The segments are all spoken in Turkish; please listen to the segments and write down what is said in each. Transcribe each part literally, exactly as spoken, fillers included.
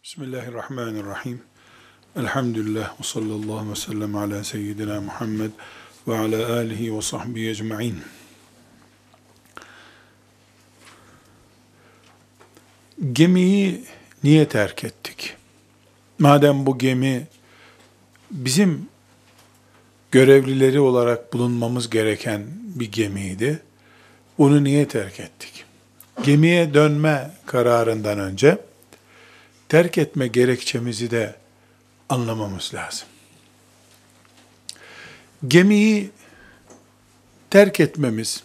Bismillahirrahmanirrahim. Elhamdülillah ve sallallahu ve sellem ala seyyidina Muhammed ve ala alihi ve sahbihi ecma'in. Gemiyi niye terk ettik? Madem bu gemi bizim görevlileri olarak bulunmamız gereken bir gemiydi, bunu niye terk ettik? Gemiye dönme kararından önce terk etme gerekçemizi de anlamamız lazım. Gemiyi terk etmemiz,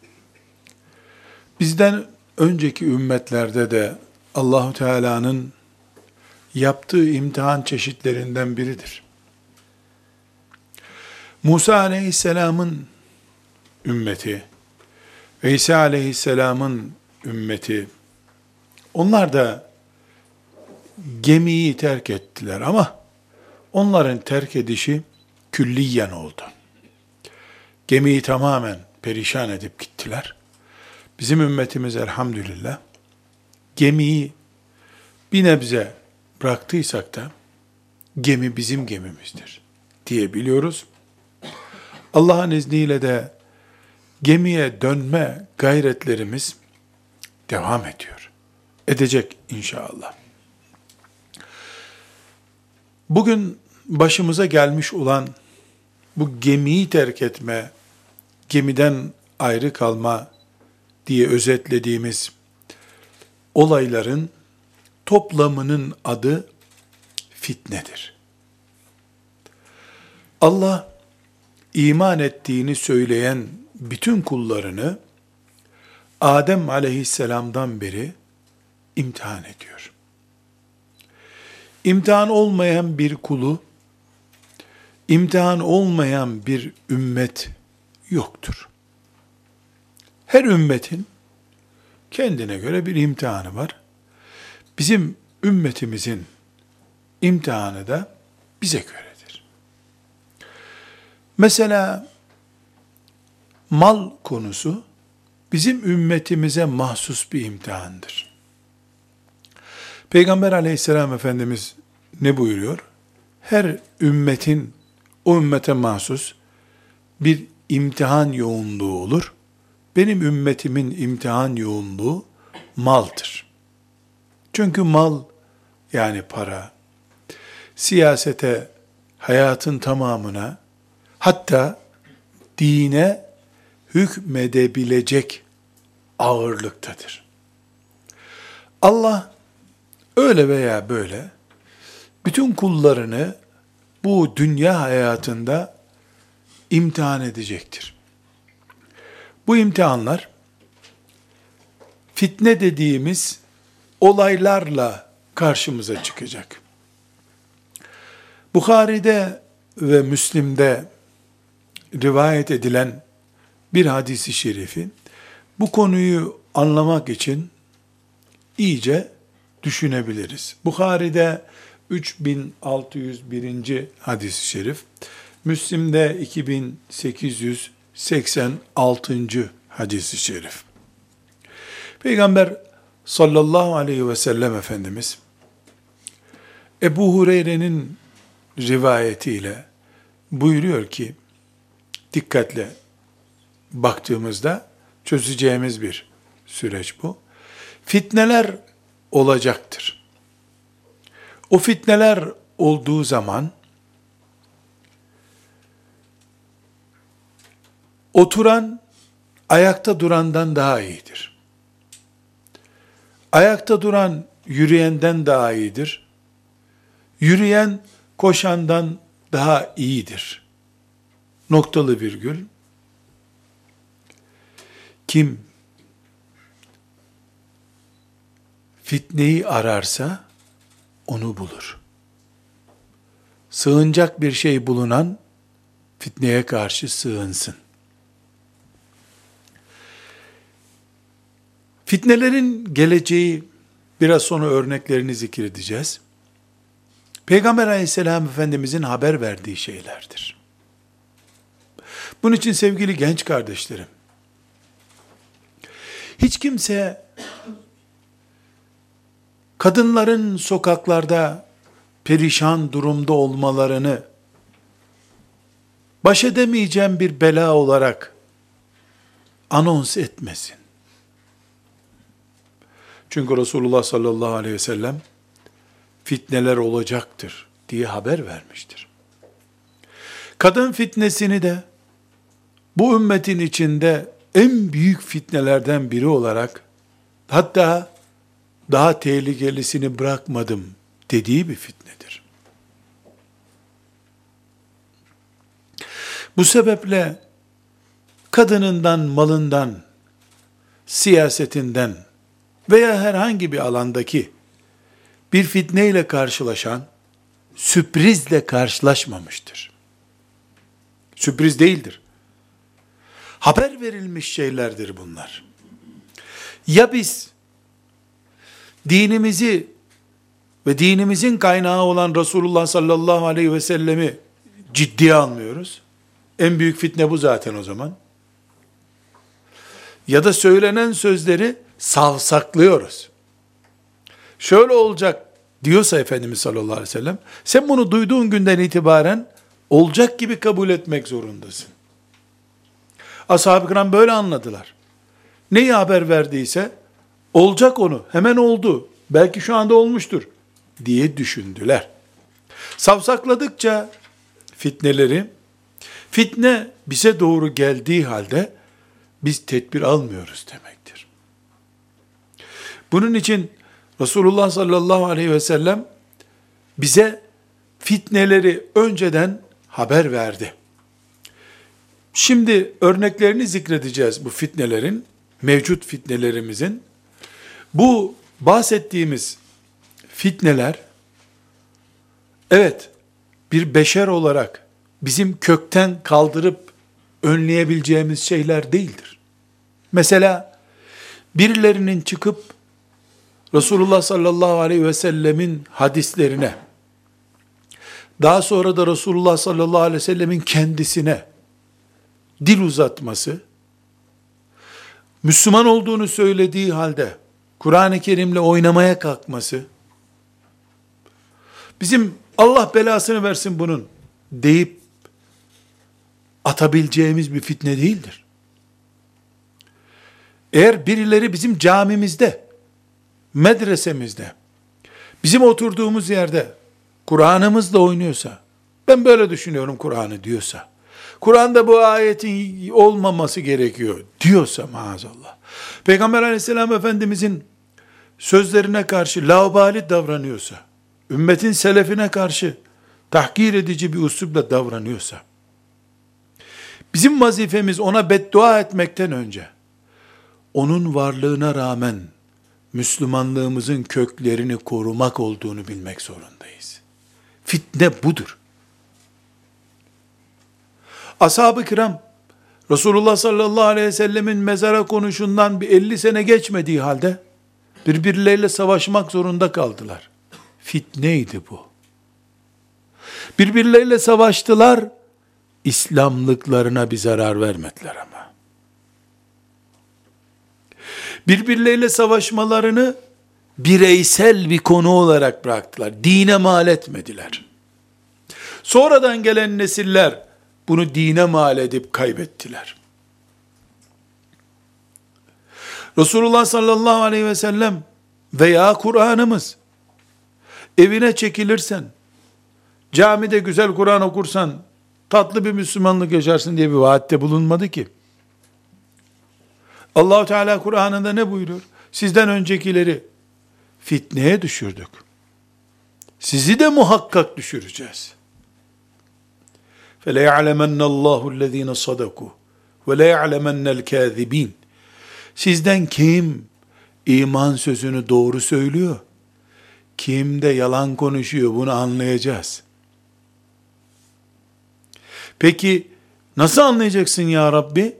bizden önceki ümmetlerde de Allahu Teala'nın yaptığı imtihan çeşitlerinden biridir. Musa Aleyhisselam'ın ümmeti, İsa Aleyhisselam'ın ümmeti, onlar da gemiyi terk ettiler ama onların terk edişi külliyen oldu. Gemiyi tamamen perişan edip gittiler. Bizim ümmetimiz elhamdülillah gemiyi bir nebze bıraktıysak da gemi bizim gemimizdir diyebiliyoruz. Allah'ın izniyle de gemiye dönme gayretlerimiz devam ediyor. Edecek inşallah. Bugün başımıza gelmiş olan bu gemiyi terk etme, gemiden ayrı kalma diye özetlediğimiz olayların toplamının adı fitnedir. Allah iman ettiğini söyleyen bütün kullarını Adem aleyhisselamdan beri imtihan ediyor. İmtihan olmayan bir kulu, imtihan olmayan bir ümmet yoktur. Her ümmetin kendine göre bir imtihanı var. Bizim ümmetimizin imtihanı da bize göredir. Mesela mal konusu bizim ümmetimize mahsus bir imtihandır. Peygamber aleyhisselam Efendimiz ne buyuruyor? Her ümmetin o ümmete mahsus bir imtihan yoğunluğu olur. Benim ümmetimin imtihan yoğunluğu maldır. Çünkü mal yani para, siyasete, hayatın tamamına, hatta dine hükmedebilecek ağırlıktadır. Allah öyle veya böyle bütün kullarını bu dünya hayatında imtihan edecektir. Bu imtihanlar fitne dediğimiz olaylarla karşımıza çıkacak. Bukhari'de ve Müslim'de rivayet edilen bir hadis-i şerifi bu konuyu anlamak için iyice düşünebiliriz. Bukhari'de üç bin altı yüz birinci hadis-i şerif, Müslim'de iki bin sekiz yüz seksen altıncı hadis-i şerif. Peygamber sallallahu aleyhi ve sellem Efendimiz, Ebu Hureyre'nin rivayetiyle buyuruyor ki, dikkatle baktığımızda çözeceğimiz bir süreç bu. Fitneler olacaktır. O fitneler olduğu zaman oturan ayakta durandan daha iyidir. Ayakta duran yürüyenden daha iyidir. Yürüyen koşandan daha iyidir. Noktalı virgül. Kim fitneyi ararsa onu bulur. Sığınacak bir şey bulunan fitneye karşı sığınsın. Fitnelerin geleceği biraz sonra örneklerini zikredeceğiz. Peygamber aleyhisselam Efendimizin haber verdiği şeylerdir. Bunun için sevgili genç kardeşlerim, hiç kimse kadınların sokaklarda perişan durumda olmalarını baş edemeyeceğim bir bela olarak anons etmesin. Çünkü Resulullah sallallahu aleyhi ve sellem fitneler olacaktır diye haber vermiştir. Kadın fitnesini de bu ümmetin içinde en büyük fitnelerden biri olarak, hatta daha tehlikelisini bırakmadım dediği bir fitnedir. Bu sebeple kadınından, malından, siyasetinden veya herhangi bir alandaki bir fitneyle karşılaşan, sürprizle karşılaşmamıştır. Sürpriz değildir. Haber verilmiş şeylerdir bunlar. Ya biz dinimizi ve dinimizin kaynağı olan Resulullah sallallahu aleyhi ve sellemi ciddiye almıyoruz. En büyük fitne bu zaten o zaman. Ya da söylenen sözleri savsaklıyoruz. Şöyle olacak diyorsa Efendimiz sallallahu aleyhi ve sellem, sen bunu duyduğun günden itibaren olacak gibi kabul etmek zorundasın. Ashab-ı kiram böyle anladılar. Neyi haber verdiyse, olacak onu, hemen oldu, belki şu anda olmuştur diye düşündüler. Savsakladıkça fitneleri, fitne bize doğru geldiği halde, biz tedbir almıyoruz demektir. Bunun için Resulullah sallallahu aleyhi ve sellem bize fitneleri önceden haber verdi. Şimdi örneklerini zikredeceğiz bu fitnelerin, mevcut fitnelerimizin. Bu bahsettiğimiz fitneler, evet, bir beşer olarak bizim kökten kaldırıp önleyebileceğimiz şeyler değildir. Mesela birilerinin çıkıp Resulullah sallallahu aleyhi ve sellemin hadislerine, daha sonra da Resulullah sallallahu aleyhi ve sellemin kendisine dil uzatması, Müslüman olduğunu söylediği halde Kur'an-ı Kerim'le oynamaya kalkması, bizim Allah belasını versin bunun deyip atabileceğimiz bir fitne değildir. Eğer birileri bizim camimizde, medresemizde, bizim oturduğumuz yerde Kur'an'ımızla oynuyorsa, ben böyle düşünüyorum Kur'an'ı diyorsa, Kur'an'da bu ayetin olmaması gerekiyor diyorsa maazallah, Peygamber aleyhisselam Efendimizin sözlerine karşı laubali davranıyorsa, ümmetin selefine karşı tahkir edici bir üslupla davranıyorsa, bizim vazifemiz ona beddua etmekten önce, onun varlığına rağmen Müslümanlığımızın köklerini korumak olduğunu bilmek zorundayız. Fitne budur. Ashab-ı kiram, Resulullah sallallahu aleyhi ve sellemin mezara konuşundan bir elli sene geçmediği halde, birbirleriyle savaşmak zorunda kaldılar. Fitneydi bu. Birbirleriyle savaştılar, İslamlıklarına bir zarar vermediler ama. Birbirleriyle savaşmalarını bireysel bir konu olarak bıraktılar. Dine mal etmediler. Sonradan gelen nesiller bunu dine mal edip kaybettiler. Resulullah sallallahu aleyhi ve sellem veya Kur'an'ımız, evine çekilirsen, camide güzel Kur'an okursan, tatlı bir Müslümanlık yaşarsın diye bir vaatte bulunmadı ki. Allah-u Teala Kur'an'ında ne buyuruyor? Sizden öncekileri fitneye düşürdük. Sizi de muhakkak düşüreceğiz. فَلَيَعْلَمَنَّ اللّٰهُ الَّذ۪ينَ صَدَقُوا وَلَيَعْلَمَنَّ الْكَاذِب۪ينَ Sizden kim iman sözünü doğru söylüyor, kim de yalan konuşuyor, bunu anlayacağız. Peki nasıl anlayacaksın ya Rabbi?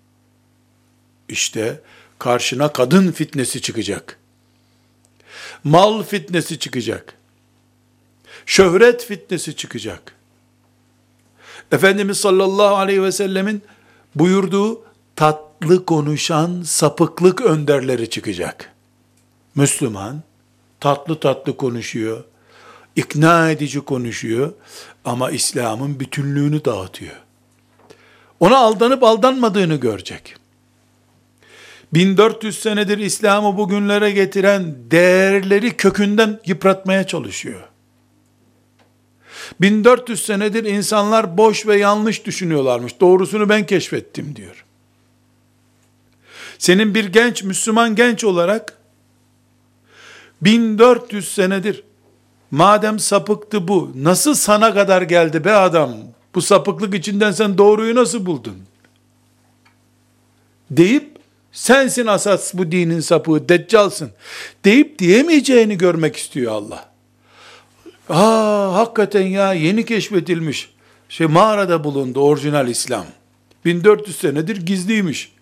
İşte karşına kadın fitnesi çıkacak. Mal fitnesi çıkacak. Şöhret fitnesi çıkacak. Efendimiz sallallahu aleyhi ve sellemin buyurduğu tatlı konuşan sapıklık önderleri çıkacak. Müslüman, tatlı tatlı konuşuyor, ikna edici konuşuyor ama İslam'ın bütünlüğünü dağıtıyor. Ona aldanıp aldanmadığını görecek. bin dört yüz senedir İslam'ı bugünlere getiren değerleri kökünden yıpratmaya çalışıyor. bin dört yüz senedir insanlar boş ve yanlış düşünüyorlarmış. Doğrusunu ben keşfettim diyor. Senin bir genç, Müslüman genç olarak bin dört yüz senedir madem sapıktı bu, nasıl sana kadar geldi be adam? Bu sapıklık içinden sen doğruyu nasıl buldun? Deyip sensin asas bu dinin sapığı, deccalsın deyip diyemeyeceğini görmek istiyor Allah. Aa, hakikaten ya, yeni keşfedilmiş. Şey, mağarada bulundu orijinal İslam. bin dört yüz senedir gizliymiş.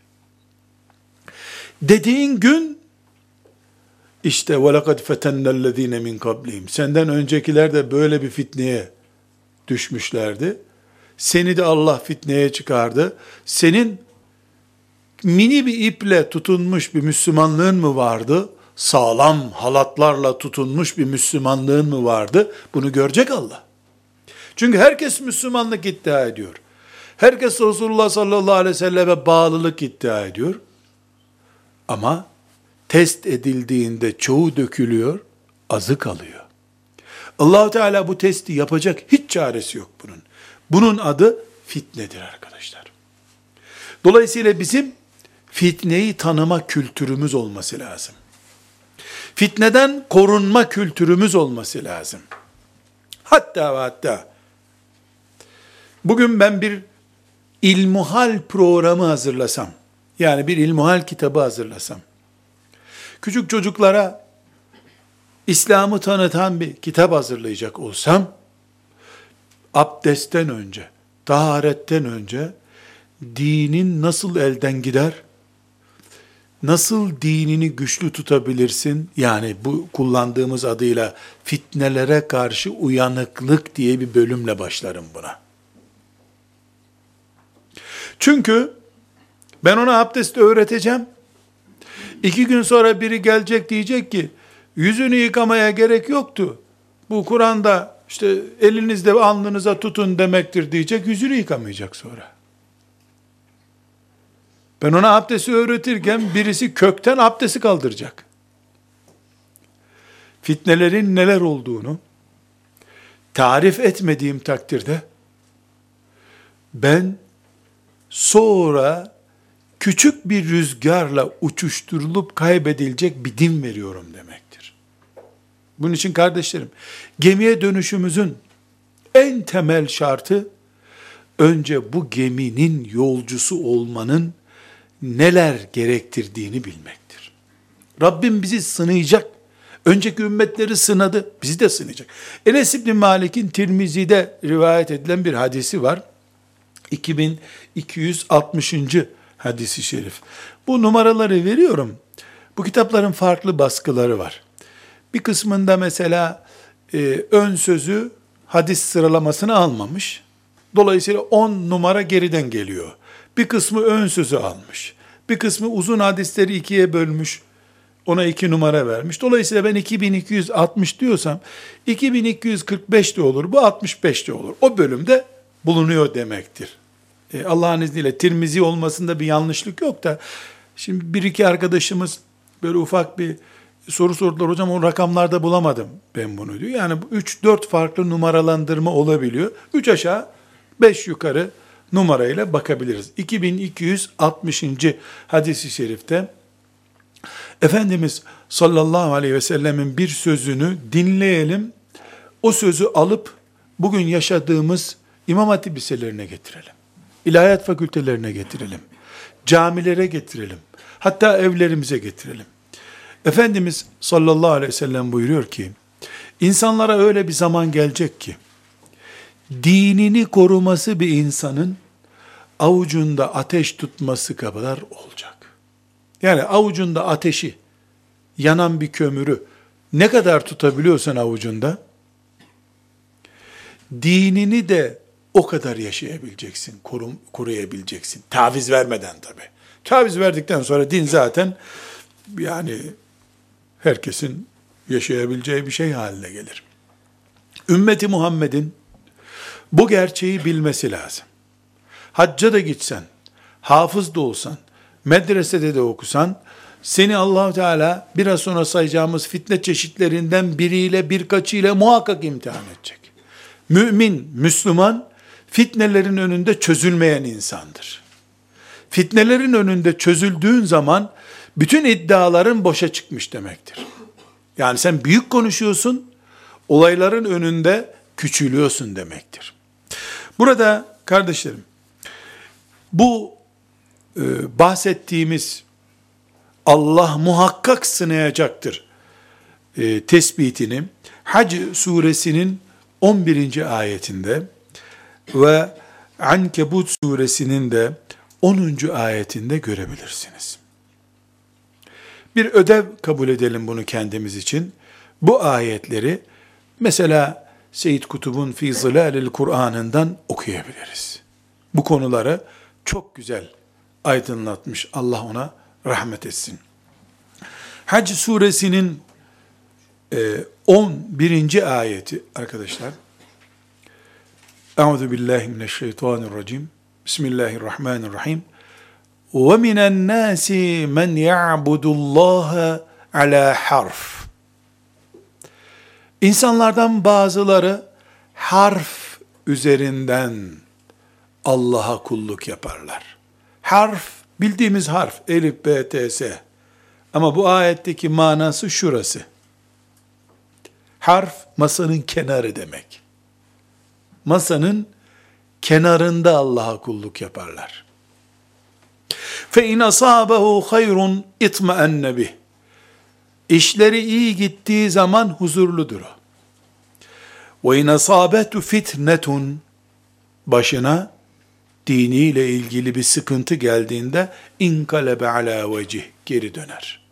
Dediğin gün işte وَلَقَدْ فَتَنَّ الَّذ۪ينَ مِنْ قَبْلِهِمْ senden öncekiler de böyle bir fitneye düşmüşlerdi. Seni de Allah fitneye çıkardı. Senin mini bir iple tutunmuş bir Müslümanlığın mı vardı? Sağlam halatlarla tutunmuş bir Müslümanlığın mı vardı? Bunu görecek Allah. Çünkü herkes Müslümanlık iddia ediyor. Herkes Resulullah sallallahu aleyhi ve selleme bağlılık iddia ediyor. Ama test edildiğinde çoğu dökülüyor, azı kalıyor. Allah-u Teala bu testi yapacak, hiç çaresi yok bunun. Bunun adı fitnedir arkadaşlar. Dolayısıyla bizim fitneyi tanıma kültürümüz olması lazım. Fitneden korunma kültürümüz olması lazım. Hatta ve hatta bugün ben bir ilmuhal programı hazırlasam, yani bir ilmuhal kitabı hazırlasam, küçük çocuklara İslam'ı tanıtan bir kitap hazırlayacak olsam, abdestten önce, taharetten önce dinin nasıl elden gider, nasıl dinini güçlü tutabilirsin, yani bu kullandığımız adıyla fitnelere karşı uyanıklık diye bir bölümle başlarım buna. Çünkü ben ona abdesti öğreteceğim. İki gün sonra biri gelecek, diyecek ki yüzünü yıkamaya gerek yoktu. Bu Kur'an'da işte elinizle alnınıza tutun demektir diyecek, yüzünü yıkamayacak sonra. Ben ona abdesti öğretirken birisi kökten abdesti kaldıracak. Fitnelerin neler olduğunu tarif etmediğim takdirde ben sonra küçük bir rüzgarla uçuşturulup kaybedilecek bir din veriyorum demektir. Bunun için kardeşlerim, gemiye dönüşümüzün en temel şartı, önce bu geminin yolcusu olmanın neler gerektirdiğini bilmektir. Rabbim bizi sınayacak. Önceki ümmetleri sınadı, bizi de sınayacak. Enes İbni Malik'in Tirmizi'de rivayet edilen bir hadisi var. iki bin iki yüz altmışıncı hadisi şerif. Bu numaraları veriyorum. Bu kitapların farklı baskıları var. Bir kısmında mesela e, ön sözü hadis sıralamasını almamış. Dolayısıyla on numara geriden geliyor. Bir kısmı ön sözü almış. Bir kısmı uzun hadisleri ikiye bölmüş. Ona iki numara vermiş. Dolayısıyla ben iki bin iki yüz altmış diyorsam iki bin iki yüz kırk beş de olur. Bu altmış beş de olur. O bölümde bulunuyor demektir. E, Allah'ın izniyle Tirmizi olmasında bir yanlışlık yok da, şimdi bir iki arkadaşımız böyle ufak bir soru sordular. Hocam o rakamlarda bulamadım ben bunu diyor. Yani üç dört farklı numaralandırma olabiliyor. üç aşağı beş yukarı numarayla bakabiliriz. iki bin iki yüz altmışıncı hadis-i şerifte Efendimiz sallallahu aleyhi ve sellemin bir sözünü dinleyelim. O sözü alıp bugün yaşadığımız İmam Hatip liselerine getirelim. İlahiyat fakültelerine getirelim. Camilere getirelim. Hatta evlerimize getirelim. Efendimiz sallallahu aleyhi ve sellem buyuruyor ki, insanlara öyle bir zaman gelecek ki, dinini koruması bir insanın avucunda ateş tutması kadar olacak. Yani avucunda ateşi, yanan bir kömürü ne kadar tutabiliyorsan avucunda, dinini de o kadar yaşayabileceksin, korum, koruyabileceksin. Taviz vermeden tabii. Taviz verdikten sonra din zaten yani herkesin yaşayabileceği bir şey haline gelir. Ümmeti Muhammed'in bu gerçeği bilmesi lazım. Hacca da gitsen, hafız da olsan, medresede de okusan, seni Allah Teala biraz sonra sayacağımız fitne çeşitlerinden biriyle, birkaçıyla muhakkak imtihan edecek. Mümin, Müslüman, fitnelerin önünde çözülmeyen insandır. Fitnelerin önünde çözüldüğün zaman, bütün iddiaların boşa çıkmış demektir. Yani sen büyük konuşuyorsun, olayların önünde küçülüyorsun demektir. Burada kardeşlerim, bu e, bahsettiğimiz Allah muhakkak sınayacaktır e, tespitini Hac suresinin on birinci ayetinde ve Ankebut suresinin de onuncu ayetinde görebilirsiniz. Bir ödev kabul edelim bunu kendimiz için. Bu ayetleri mesela Seyyid Kutub'un Fî Zilâlil Kur'an'ından okuyabiliriz. Bu konuları çok güzel aydınlatmış. Allah ona rahmet etsin. Hac suresinin on birinci ayeti arkadaşlar. Euzu billahi mineşşeytanirracim. Bismillahirrahmanirrahim. Ve minen nâsi men ya'budullâhe alâ harf. İnsanlardan bazıları harf üzerinden Allah'a kulluk yaparlar. Harf, bildiğimiz harf, elif, b, t, s. Ama bu ayetteki manası şurası. Harf, masanın kenarı demek. Masanın kenarında Allah'a kulluk yaparlar. فَاِنْ أَصَابَهُ خَيْرٌ اِطْمَأَنَّ بِهِ. İşleri iyi gittiği zaman huzurludur o. وَاِنْ أَصَابَتُ فِتْنَةٌ. Başına diniyle ilgili bir sıkıntı geldiğinde اِنْقَلَبَ عَلَى وَجِهِ. Geri döner.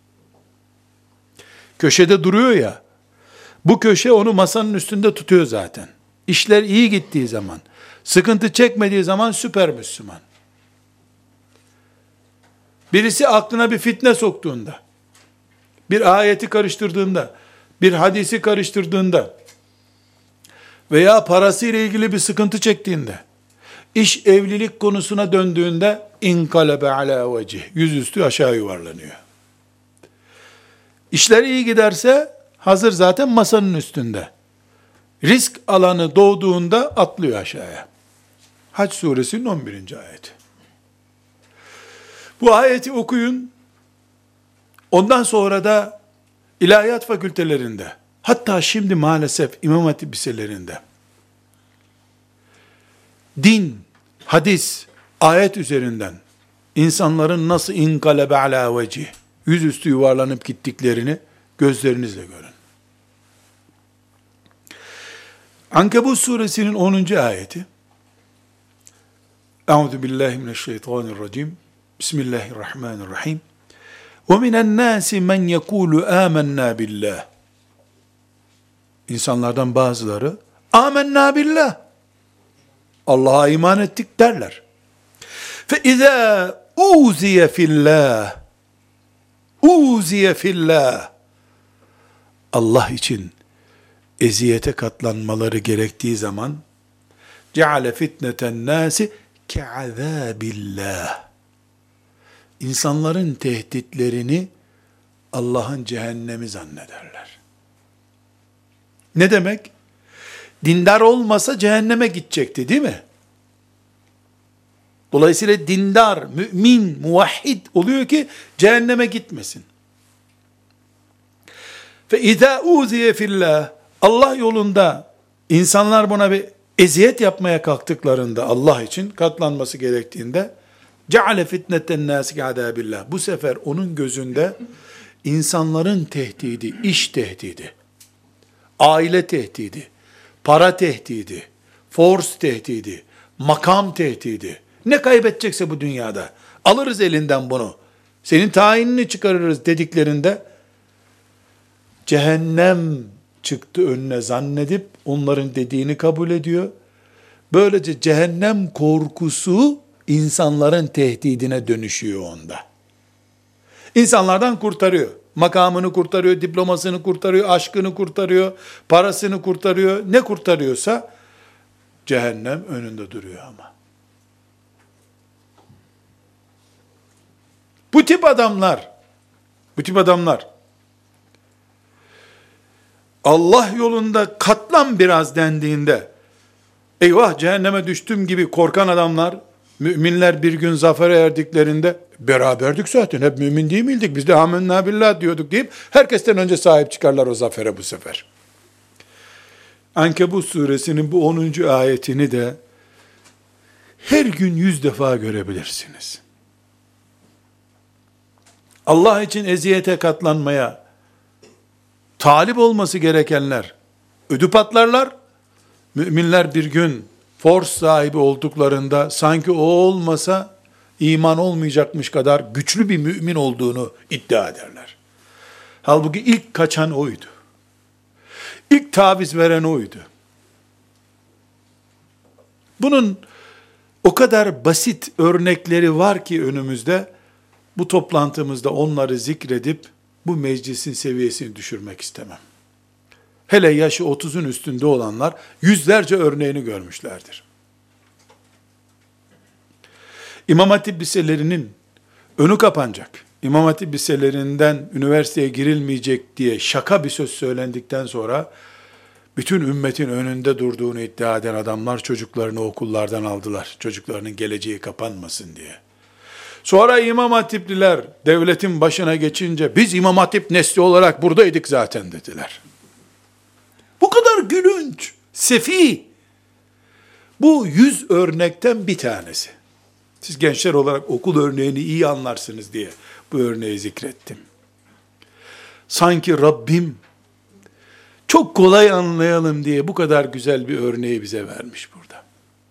Köşede duruyor ya, bu köşe onu masanın üstünde tutuyor zaten. İşler iyi gittiği zaman, sıkıntı çekmediği zaman süper Müslüman. Birisi aklına bir fitne soktuğunda, bir ayeti karıştırdığında, bir hadisi karıştırdığında veya parasıyla ilgili bir sıkıntı çektiğinde, iş evlilik konusuna döndüğünde inkalebe ala vecih, yüzüstü aşağı yuvarlanıyor. İşler iyi giderse hazır zaten masanın üstünde. Risk alanı doğduğunda atlıyor aşağıya. Hac suresinin on birinci ayeti. Bu ayeti okuyun. Ondan sonra da ilahiyat fakültelerinde, hatta şimdi maalesef İmam Hatip liselerinde din, hadis, ayet üzerinden insanların nasıl inkalebe ala vecih, yüzüstü yuvarlanıp gittiklerini gözlerinizle görün. Ankebut suresinin onuncu ayeti. Euzu billahi mineşşeytanirracim. Bismillahirrahmanirrahim. وَمِنَ النَّاسِ مَنْ يَقُولُ آمَنَّا بِاللّٰهِ. İnsanlardan bazıları آمَنَّا بِاللّٰهِ, Allah'a iman ettik derler. فَاِذَا اُوْزِيَ فِي اللّٰهِ اُوْزِيَ فِي اللّٰهِ Allah için eziyete katlanmaları gerektiği zaman ceale fitneten nasi ke'azâbillâh. İnsanların tehditlerini Allah'ın cehennemi zannederler. Ne demek? Dindar olmasa cehenneme gidecekti, değil mi? Dolayısıyla dindar, mümin, muvahhid oluyor ki cehenneme gitmesin. Fe izâ uziye fillah, Allah yolunda insanlar buna bir eziyet yapmaya kalktıklarında, Allah için katlanması gerektiğinde ceale fitneten nâsi ke'adâbillah. Bu sefer onun gözünde insanların tehdidi, iş tehdidi, aile tehdidi, para tehdidi, force tehdidi, makam tehdidi, ne kaybedecekse bu dünyada alırız elinden bunu, senin tayinini çıkarırız dediklerinde cehennem çıktı önüne zannedip onların dediğini kabul ediyor. Böylece cehennem korkusu insanların tehdidine dönüşüyor onda. İnsanlardan kurtarıyor. Makamını kurtarıyor, diplomasını kurtarıyor, aşkını kurtarıyor, parasını kurtarıyor. Ne kurtarıyorsa cehennem önünde duruyor ama. Bu tip adamlar, bu tip adamlar Allah yolunda katlan biraz dendiğinde, eyvah cehenneme düştüm gibi korkan adamlar, müminler bir gün zafere erdiklerinde, beraberdik zaten, hep mümin değil miydik, biz de amenna billah diyorduk deyip, herkesten önce sahip çıkarlar o zafere bu sefer. Ankebut suresinin bu onuncu ayetini de, her gün yüz defa görebilirsiniz. Allah için eziyete katlanmaya, talip olması gerekenler, ödü patlarlar, müminler bir gün, force sahibi olduklarında, sanki o olmasa, iman olmayacakmış kadar güçlü bir mümin olduğunu iddia ederler. Halbuki ilk kaçan oydu. İlk taviz veren oydu. Bunun o kadar basit örnekleri var ki önümüzde, bu toplantımızda onları zikredip, bu meclisin seviyesini düşürmek istemem. Hele yaşı otuzun üstünde olanlar, yüzlerce örneğini görmüşlerdir. İmam Hatip liselerinin önü kapanacak, İmam Hatip liselerinden üniversiteye girilmeyecek diye şaka bir söz söylendikten sonra, bütün ümmetin önünde durduğunu iddia eden adamlar çocuklarını okullardan aldılar. Çocuklarının geleceği kapanmasın diye. Sonra İmam Hatipliler devletin başına geçince, biz İmam Hatip nesli olarak buradaydık zaten dediler. Bu kadar gülünç, sefi. Bu yüz örnekten bir tanesi. Siz gençler olarak okul örneğini iyi anlarsınız diye bu örneği zikrettim. Sanki Rabbim çok kolay anlayalım diye bu kadar güzel bir örneği bize vermiş burada.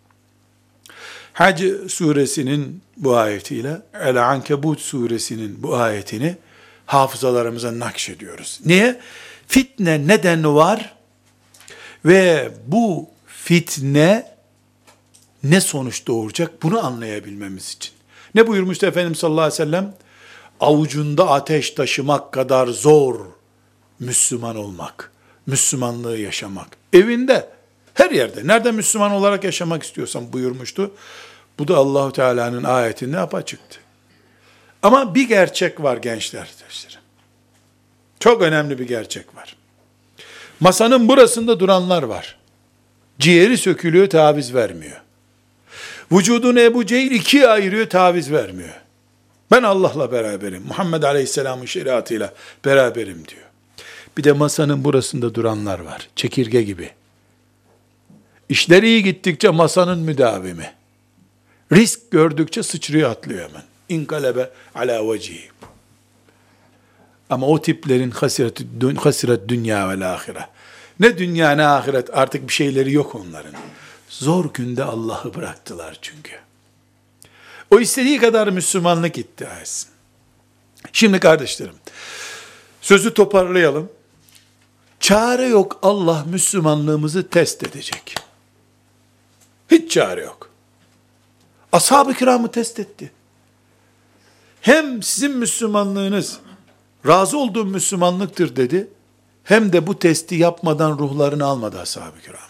Hac suresinin bu ayetiyle El-Ankebut suresinin bu ayetini hafızalarımıza nakşediyoruz. Niye? Fitne neden var ve bu fitne ne sonuç doğuracak, bunu anlayabilmemiz için. Ne buyurmuştu Efendimiz sallallahu aleyhi ve sellem? Avucunda ateş taşımak kadar zor Müslüman olmak, Müslümanlığı yaşamak. Evinde, her yerde, nerede Müslüman olarak yaşamak istiyorsan buyurmuştu. Bu da Allahu Teala'nın ayetinde apaçıktı. Ama bir gerçek var gençler arkadaşlarım. Çok önemli bir gerçek var. Masanın burasında duranlar var. Ciğeri sökülüyor, taviz vermiyor. Vücudunu Ebu Cehil ikiye ayırıyor, taviz vermiyor. Ben Allah'la beraberim, Muhammed Aleyhisselam'ın şeriatıyla beraberim diyor. Bir de masanın burasında duranlar var, çekirge gibi. İşler iyi gittikçe masanın müdavimi. Risk gördükçe sıçrıyor, atlıyor hemen. İnkalebe ala vecihi. Ama o tiplerin hasiret, hasiret dünya ve ahire. Ne dünya ne ahiret, artık bir şeyleri yok onların. Zor günde Allah'ı bıraktılar çünkü. O istediği kadar Müslümanlık iddia etsin. Şimdi kardeşlerim, sözü toparlayalım. Çare yok, Allah Müslümanlığımızı test edecek. Hiç çare yok. Ashab-ı kiramı test etti. Hem sizin Müslümanlığınız razı olduğum Müslümanlıktır dedi, hem de bu testi yapmadan ruhlarını almadı ashab-ı kiramın.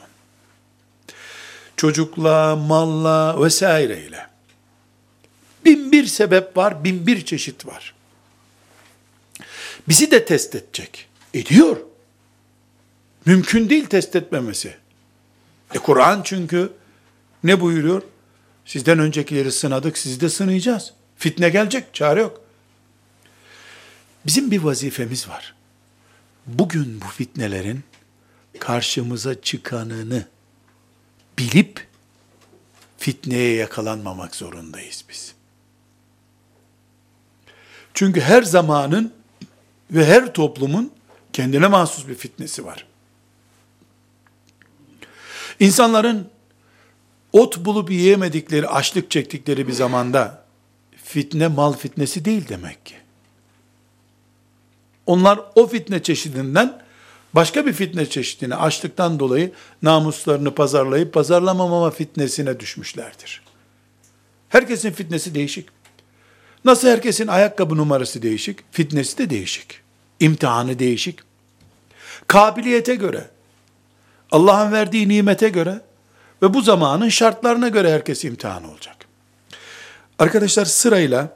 Çocukla, malla vesaireyle. Bin bir sebep var, bin bir çeşit var. Bizi de test edecek. Ediyor. Mümkün değil test etmemesi. E Kur'an çünkü ne buyuruyor? Sizden öncekileri sınadık, sizi de sınayacağız. Fitne gelecek, çare yok. Bizim bir vazifemiz var. Bugün bu fitnelerin karşımıza çıkanını bilip fitneye yakalanmamak zorundayız biz. Çünkü her zamanın ve her toplumun kendine mahsus bir fitnesi var. İnsanların ot bulup yiyemedikleri, açlık çektikleri bir zamanda fitne mal fitnesi değil demek ki. Onlar o fitne çeşidinden başka bir fitne çeşidine açlıktan dolayı namuslarını pazarlayıp pazarlamamama fitnesine düşmüşlerdir. Herkesin fitnesi değişik. Nasıl herkesin ayakkabı numarası değişik, fitnesi de değişik. İmtihanı değişik. Kabiliyete göre, Allah'ın verdiği nimete göre ve bu zamanın şartlarına göre herkes imtihan olacak. Arkadaşlar, sırayla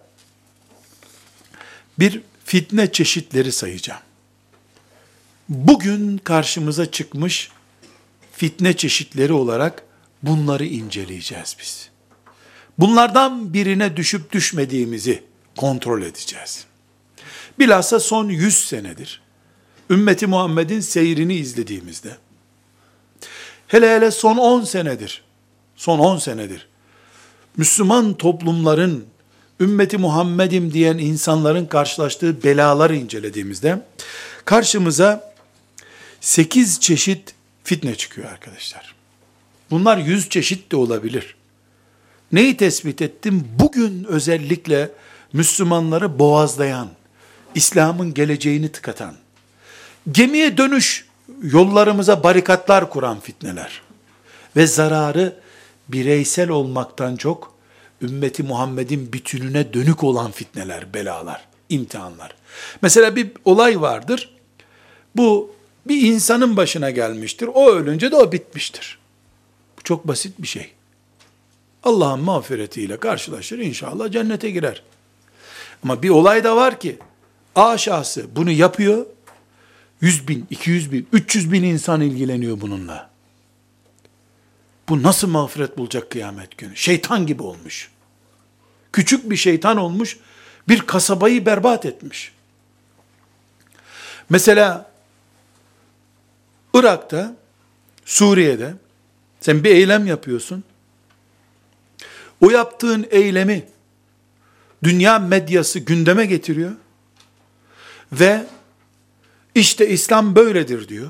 bir fitne çeşitleri sayacağım. Bugün karşımıza çıkmış fitne çeşitleri olarak bunları inceleyeceğiz biz. Bunlardan birine düşüp düşmediğimizi kontrol edeceğiz. Bilhassa son yüz senedir ümmeti Muhammed'in seyrini izlediğimizde, hele hele son on senedir, son on senedir Müslüman toplumların, ümmeti Muhammed'im diyen insanların karşılaştığı belaları incelediğimizde karşımıza sekiz çeşit fitne çıkıyor arkadaşlar. Bunlar yüz çeşit de olabilir. Neyi tespit ettim? Bugün özellikle Müslümanları boğazlayan, İslam'ın geleceğini tıkatan, gemiye dönüş yollarımıza barikatlar kuran fitneler ve zararı bireysel olmaktan çok ümmeti Muhammed'in bütününe dönük olan fitneler, belalar, imtihanlar. Mesela bir olay vardır. Bu bir insanın başına gelmiştir. O ölünce de o bitmiştir. Bu çok basit bir şey. Allah'ın mağfiretiyle karşılaşır, inşallah cennete girer. Ama bir olay da var ki A şahsı bunu yapıyor. yüz bin, iki yüz bin, üç yüz bin insan ilgileniyor bununla. Bu nasıl mağfiret bulacak kıyamet günü? Şeytan gibi olmuş. Küçük bir şeytan olmuş, bir kasabayı berbat etmiş. Mesela Irak'ta, Suriye'de sen bir eylem yapıyorsun. O yaptığın eylemi dünya medyası gündeme getiriyor ve işte İslam böyledir diyor.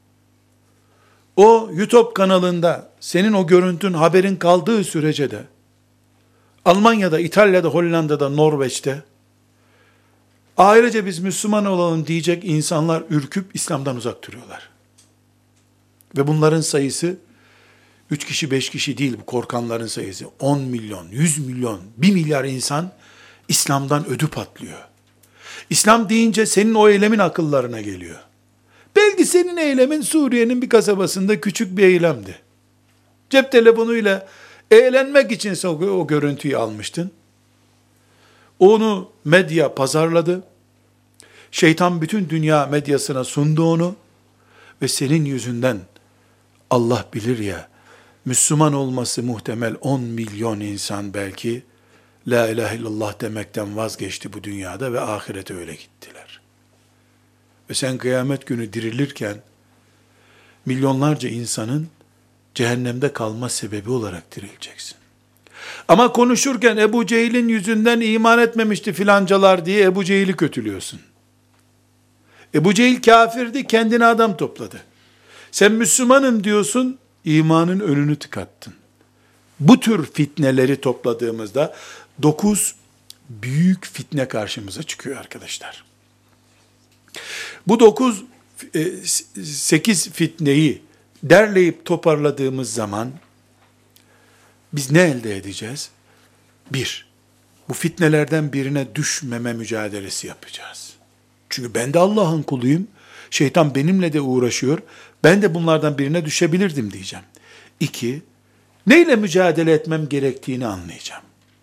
O YouTube kanalında senin o görüntün, haberin kaldığı sürece de Almanya'da, İtalya'da, Hollanda'da, Norveç'te ayrıca biz Müslüman olalım diyecek insanlar ürküp İslam'dan uzak duruyorlar. Ve bunların sayısı üç kişi, beş kişi değil, bu korkanların sayısı on milyon, yüz milyon, bir milyar insan İslam'dan ödü patlıyor. İslam deyince senin o eylemin akıllarına geliyor. Belki senin eylemin Suriye'nin bir kasabasında küçük bir eylemdi. Cep telefonuyla eğlenmek için o, o görüntüyü almıştın. Onu medya pazarladı. Şeytan bütün dünya medyasına sundu onu. Ve senin yüzünden Allah bilir ya, Müslüman olması muhtemel on milyon insan belki La ilahe illallah demekten vazgeçti bu dünyada ve ahirete öyle gittiler. Ve sen kıyamet günü dirilirken milyonlarca insanın cehennemde kalma sebebi olarak dirileceksin. Ama konuşurken Ebu Cehil'in yüzünden iman etmemişti filancalar diye Ebu Cehil'i kötülüyorsun. Ebu Cehil kafirdi, kendine adam topladı. Sen Müslümanım diyorsun, imanın önünü tıkattın. Bu tür fitneleri topladığımızda dokuz büyük fitne karşımıza çıkıyor arkadaşlar. Bu dokuz, sekiz fitneyi derleyip toparladığımız zaman biz ne elde edeceğiz? Bir, bu fitnelerden birine düşmeme mücadelesi yapacağız. Çünkü ben de Allah'ın kuluyum. Şeytan benimle de uğraşıyor. Ben de bunlardan birine düşebilirdim diyeceğim. İki, neyle mücadele etmem gerektiğini anlayacağım.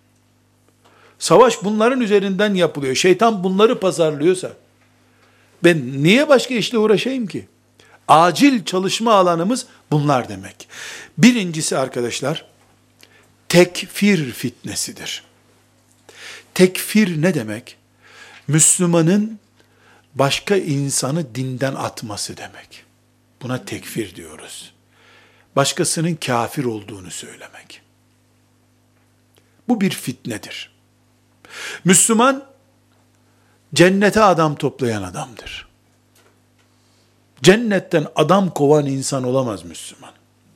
Savaş bunların üzerinden yapılıyor. Şeytan bunları pazarlıyorsa, ben niye başka işle uğraşayım ki? Acil çalışma alanımız bunlar demek. Birincisi arkadaşlar, tekfir fitnesidir. Tekfir ne demek? Müslümanın başka insanı dinden atması demek. Buna tekfir diyoruz. Başkasının kafir olduğunu söylemek. Bu bir fitnedir. Müslüman, cennete adam toplayan adamdır. Cennetten adam kovan insan olamaz Müslüman.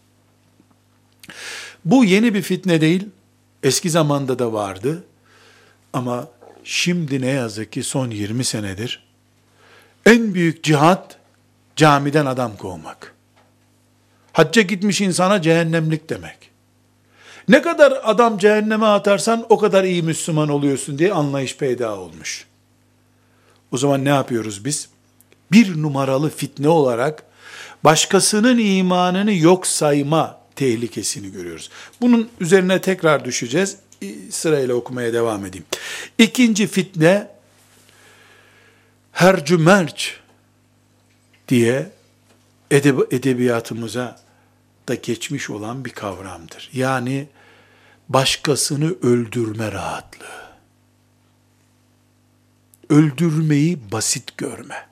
Bu yeni bir fitne değil, eski zamanda da vardı. Ama şimdi ne yazık ki son yirmi senedir, en büyük cihat, camiden adam kovmak. Hacca gitmiş insana cehennemlik demek. Ne kadar adam cehenneme atarsan o kadar iyi Müslüman oluyorsun diye anlayış peyda olmuş. O zaman ne yapıyoruz biz? bir numaralı fitne olarak başkasının imanını yok sayma tehlikesini görüyoruz. Bunun üzerine tekrar düşeceğiz. Sırayla okumaya devam edeyim. İkinci fitne, hercü merc diye edeb- edebiyatımıza da geçmiş olan bir kavramdır. Yani başkasını öldürme rahatlığı. Öldürmeyi basit görme.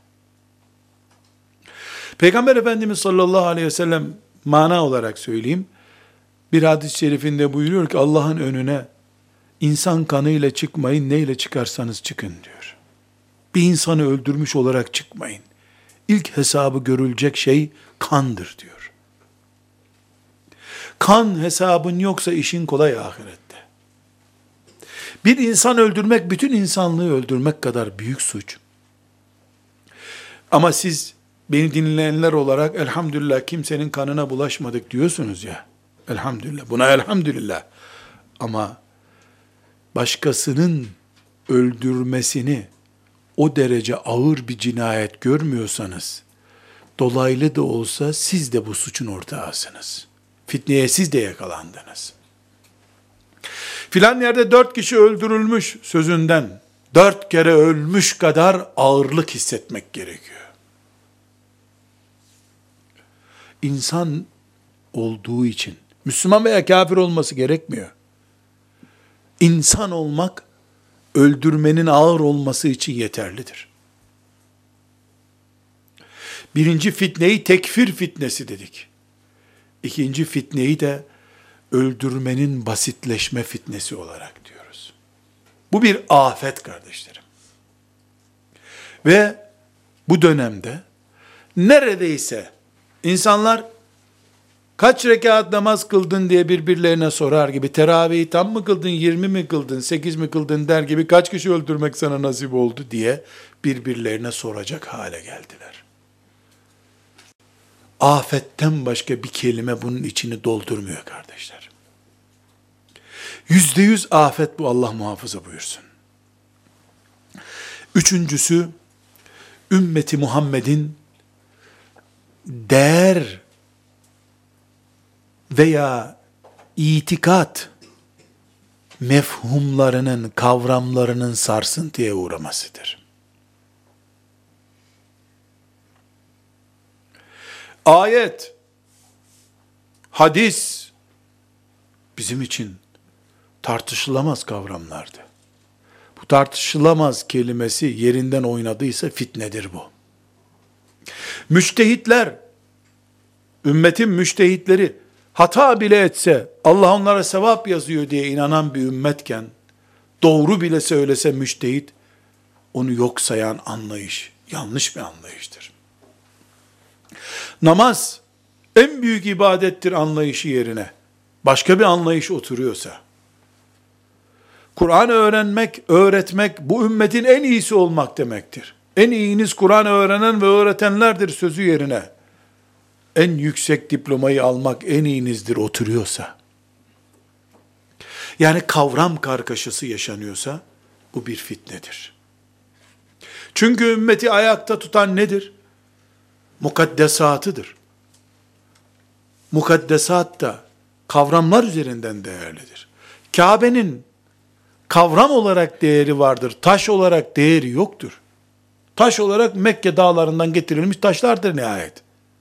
Peygamber Efendimiz sallallahu aleyhi ve sellem, mana olarak söyleyeyim, bir hadis-i şerifinde buyuruyor ki Allah'ın önüne insan kanıyla çıkmayın, neyle çıkarsanız çıkın diyor. Bir insanı öldürmüş olarak çıkmayın. İlk hesabı görülecek şey kandır diyor. Kan hesabın yoksa işin kolay ahirette. Bir insan öldürmek, bütün insanlığı öldürmek kadar büyük suç. Ama siz beni dinleyenler olarak elhamdülillah kimsenin kanına bulaşmadık diyorsunuz ya. Elhamdülillah. Buna elhamdülillah. Ama başkasının öldürmesini o derece ağır bir cinayet görmüyorsanız, dolaylı da olsa siz de bu suçun ortağısınız. Fitneye siz de yakalandınız. Filan yerde dört kişi öldürülmüş sözünden, dört kere ölmüş kadar ağırlık hissetmek gerekiyor. İnsan olduğu için, Müslüman veya kafir olması gerekmiyor. İnsan olmak, öldürmenin ağır olması için yeterlidir. Birinci fitneyi tekfir fitnesi dedik. İkinci fitneyi de öldürmenin basitleşme fitnesi olarak diyoruz. Bu bir afet kardeşlerim. Ve bu dönemde neredeyse insanlar kaç rekat namaz kıldın diye birbirlerine sorar gibi, teravihi tam mı kıldın, yirmi mi kıldın, sekiz mi kıldın der gibi, kaç kişi öldürmek sana nasip oldu diye birbirlerine soracak hale geldiler. Afetten başka bir kelime bunun içini doldurmuyor kardeşler. Yüzde yüz afet bu, Allah muhafaza buyursun. Üçüncüsü, ümmeti Muhammed'in değer veya itikat mefhumlarının, kavramlarının sarsıntıya uğramasıdır. Ayet, hadis bizim için tartışılamaz kavramlardı. Bu tartışılamaz kelimesi yerinden oynadıysa fitnedir bu. Müçtehitler, ümmetin müçtehitleri hata bile etse Allah onlara sevap yazıyor diye inanan bir ümmetken, doğru bile söylese müçtehit, onu yok sayan anlayış yanlış bir anlayıştır. Namaz en büyük ibadettir anlayışı yerine başka bir anlayış oturuyorsa, Kur'an öğrenmek, öğretmek bu ümmetin en iyisi olmak demektir. En iyiniz Kur'an öğrenen ve öğretenlerdir sözü yerine en yüksek diplomayı almak en iyinizdir oturuyorsa, yani kavram kargaşası yaşanıyorsa bu bir fitnedir. Çünkü ümmeti ayakta tutan nedir? Mukaddesatıdır. Mukaddesat da kavramlar üzerinden değerlidir. Kabe'nin kavram olarak değeri vardır, taş olarak değeri yoktur. Taş olarak Mekke dağlarından getirilmiş taşlardır nihayet.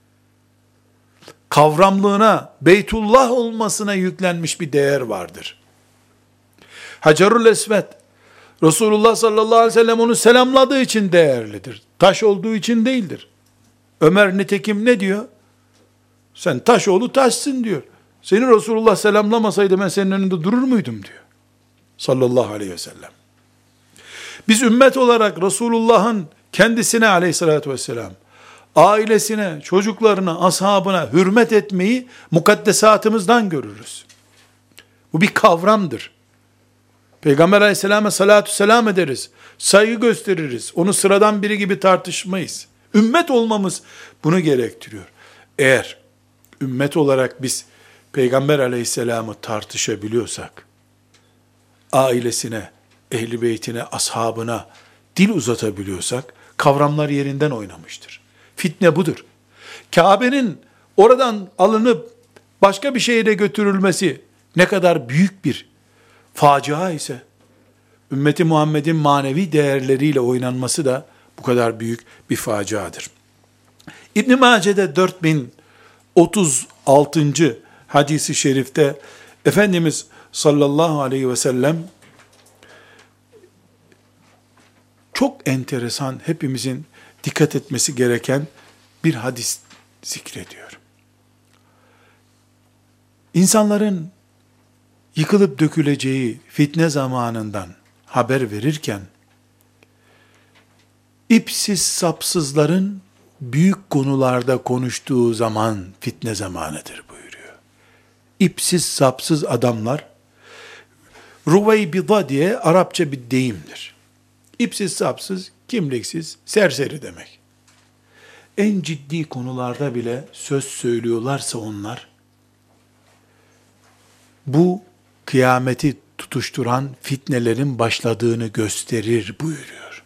Kavramlığına, Beytullah olmasına yüklenmiş bir değer vardır. Hacerül Esved, Resulullah sallallahu aleyhi ve sellem onu selamladığı için değerlidir. Taş olduğu için değildir. Ömer nitekim ne diyor? Sen taş oğlu taşsın diyor. Seni Resulullah selamlamasaydı ben senin önünde durur muydum diyor. Sallallahu aleyhi ve sellem. Biz ümmet olarak Resulullah'ın kendisine aleyhissalatü vesselam, ailesine, çocuklarına, ashabına hürmet etmeyi mukaddesatımızdan görürüz. Bu bir kavramdır. Peygamber aleyhisselama salatü selam ederiz. Saygı gösteririz. Onu sıradan biri gibi tartışmayız. Ümmet olmamız bunu gerektiriyor. Eğer ümmet olarak biz Peygamber aleyhisselamı tartışabiliyorsak, ailesine, ehli beytine, ashabına dil uzatabiliyorsak, kavramlar yerinden oynamıştır. Fitne budur. Kabe'nin oradan alınıp başka bir şehre götürülmesi ne kadar büyük bir facia ise, ümmeti Muhammed'in manevi değerleriyle oynanması da bu kadar büyük bir faciadır. İbn-i Mace'de dört bin otuz altıncı hadisi şerifte Efendimiz sallallahu aleyhi ve sellem çok enteresan, hepimizin dikkat etmesi gereken bir hadis zikrediyor. İnsanların yıkılıp döküleceği fitne zamanından haber verirken, ipsiz sapsızların büyük konularda konuştuğu zaman fitne zamanıdır buyuruyor. İpsiz sapsız adamlar, Ruveybida diye Arapça bir deyimdir. İpsiz sapsız, kimliksiz, serseri demek. En ciddi konularda bile söz söylüyorlarsa onlar, bu kıyameti tutuşturan fitnelerin başladığını gösterir buyuruyor.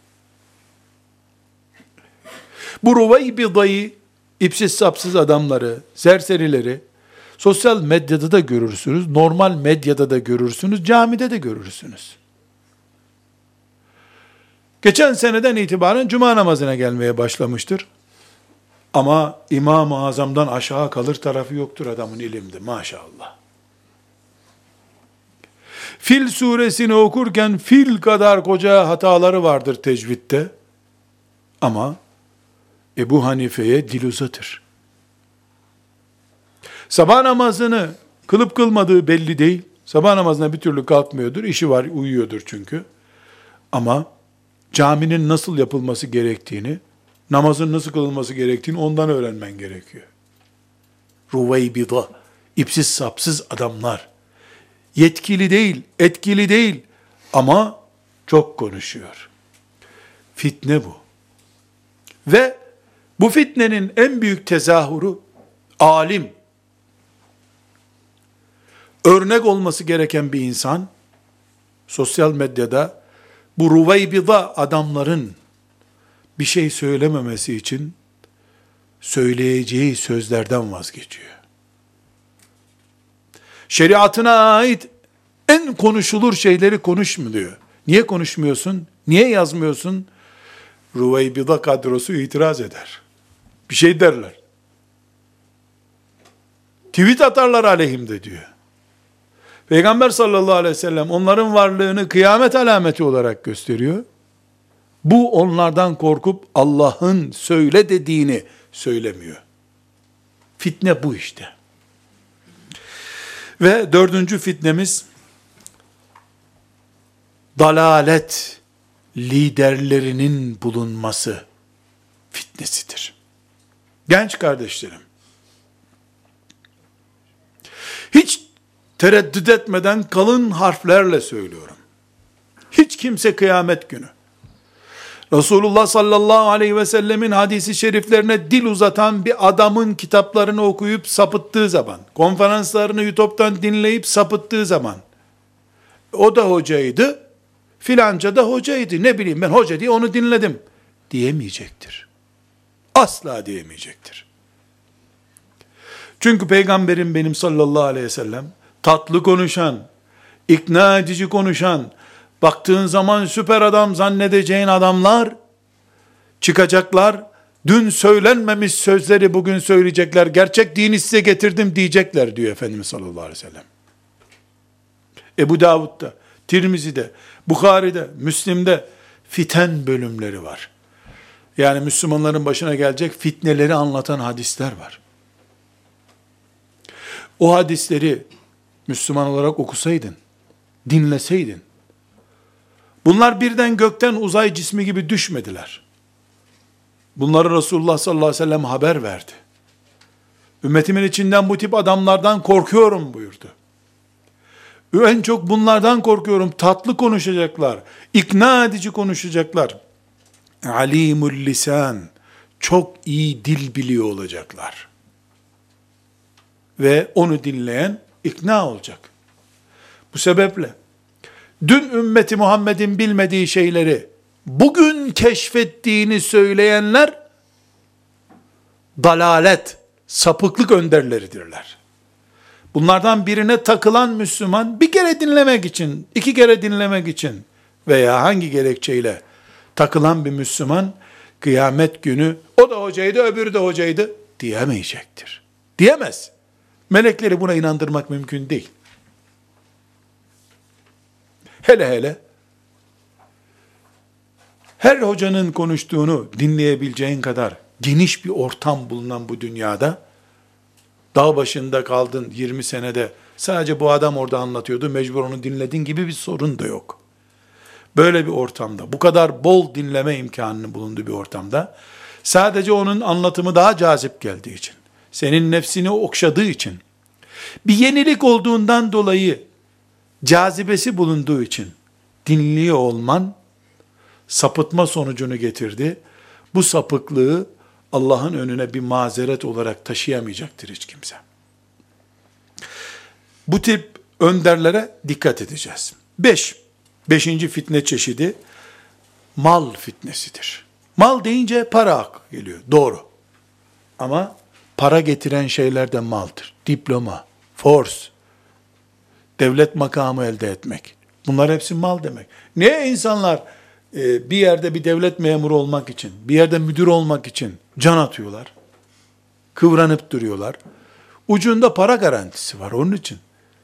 Bu Ruveybida'yı, ipsiz sapsız adamları, serserileri sosyal medyada da görürsünüz, normal medyada da görürsünüz, camide de görürsünüz. Geçen seneden itibaren cuma namazına gelmeye başlamıştır. Ama İmam-ı Azam'dan aşağı kalır tarafı yoktur adamın ilimde maşallah. Fil suresini okurken fil kadar koca hataları vardır tecvitte. Ama Ebu Hanife'ye dil uzatır. Sabah namazını kılıp kılmadığı belli değil. Sabah namazına bir türlü kalkmıyordur. İşi var, uyuyordur çünkü. Ama caminin nasıl yapılması gerektiğini, namazın nasıl kılınması gerektiğini ondan öğrenmen gerekiyor. Ruveybida, ipsiz sapsız adamlar. Yetkili değil, etkili değil ama çok konuşuyor. Fitne bu. Ve bu fitnenin en büyük tezahürü alim, örnek olması gereken bir insan, sosyal medyada bu Ruveybida adamların bir şey söylememesi için söyleyeceği sözlerden vazgeçiyor. Şeriatına ait en konuşulur şeyleri konuşma diyor. Niye konuşmuyorsun? Niye yazmıyorsun? Ruveybida kadrosu itiraz eder. Bir şey derler. Tweet atarlar aleyhimde diyor. Peygamber sallallahu aleyhi ve sellem onların varlığını kıyamet alameti olarak gösteriyor. Bu onlardan korkup Allah'ın söyle dediğini söylemiyor. Fitne bu işte. Ve dördüncü fitnemiz, dalalet liderlerinin bulunması fitnesidir. Genç kardeşlerim, hiç tereddüt etmeden kalın harflerle söylüyorum. Hiç kimse kıyamet günü, Resulullah sallallahu aleyhi ve sellemin hadisi şeriflerine dil uzatan bir adamın kitaplarını okuyup sapıttığı zaman, konferanslarını YouTube'dan dinleyip sapıttığı zaman, o da hocaydı, filanca da hocaydı, ne bileyim ben hoca diye onu dinledim, diyemeyecektir. Asla diyemeyecektir. Çünkü peygamberim benim sallallahu aleyhi ve sellem, tatlı konuşan, ikna edici konuşan, baktığın zaman süper adam zannedeceğin adamlar çıkacaklar, dün söylenmemiş sözleri bugün söyleyecekler, gerçek dini size getirdim diyecekler diyor Efendimiz sallallahu aleyhi ve sellem. Ebu Davud'da, Tirmizi'de, Bukhari'de, Müslim'de fiten bölümleri var. Yani Müslümanların başına gelecek fitneleri anlatan hadisler var. O hadisleri Müslüman olarak okusaydın, dinleseydin, bunlar birden gökten uzay cismi gibi düşmediler. Bunları Resulullah sallallahu aleyhi ve sellem haber verdi. Ümmetimin içinden bu tip adamlardan korkuyorum buyurdu. En çok bunlardan korkuyorum. Tatlı konuşacaklar, ikna edici konuşacaklar. Alimul lisan, çok iyi dil biliyor olacaklar. Ve onu dinleyen ikna olacak. Bu sebeple dün ümmeti Muhammed'in bilmediği şeyleri bugün keşfettiğini söyleyenler, dalalet, sapıklık önderleridirler. Bunlardan birine takılan Müslüman, bir kere dinlemek için, iki kere dinlemek için veya hangi gerekçeyle takılan bir Müslüman, kıyamet günü, o da hocaydı, öbürü de hocaydı diyemeyecektir. Diyemez. Melekleri buna inandırmak mümkün değil. Hele hele, her hocanın konuştuğunu dinleyebileceğin kadar geniş bir ortam bulunan bu dünyada, dağ başında kaldın yirmi senede, sadece bu adam orada anlatıyordu, mecbur onu dinledin gibi bir sorun da yok. Böyle bir ortamda, bu kadar bol dinleme imkanının bulunduğu bir ortamda, sadece onun anlatımı daha cazip geldiği için, senin nefsini okşadığı için, bir yenilik olduğundan dolayı, cazibesi bulunduğu için, dinliyor olman, sapıtma sonucunu getirdi. Bu sapıklığı, Allah'ın önüne bir mazeret olarak taşıyamayacaktır hiç kimse. Bu tip önderlere dikkat edeceğiz. Beş, beşinci fitne çeşidi, mal fitnesidir. Mal deyince para aklı geliyor, doğru. Ama para getiren şeyler de maldır. Diploma, force, devlet makamı elde etmek. Bunlar hepsi mal demek. Niye insanlar e, bir yerde bir devlet memuru olmak için, bir yerde müdür olmak için can atıyorlar? Kıvranıp duruyorlar. Ucunda para garantisi var onun için.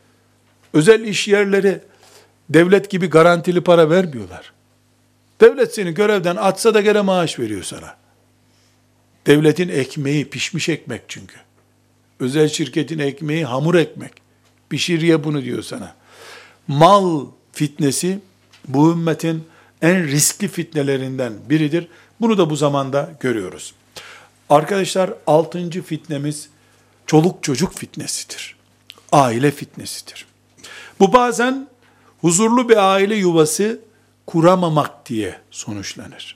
Özel iş yerleri devlet gibi garantili para vermiyorlar. Devlet seni görevden atsa da gene maaş veriyor sana. Devletin ekmeği pişmiş ekmek çünkü. Özel şirketin ekmeği hamur ekmek. Pişir ye bunu diyor sana. Mal fitnesi bu ümmetin en riskli fitnelerinden biridir. Bunu da bu zamanda görüyoruz. Arkadaşlar, altıncı fitnemiz çoluk çocuk fitnesidir. Aile fitnesidir. Bu bazen huzurlu bir aile yuvası kuramamak diye sonuçlanır.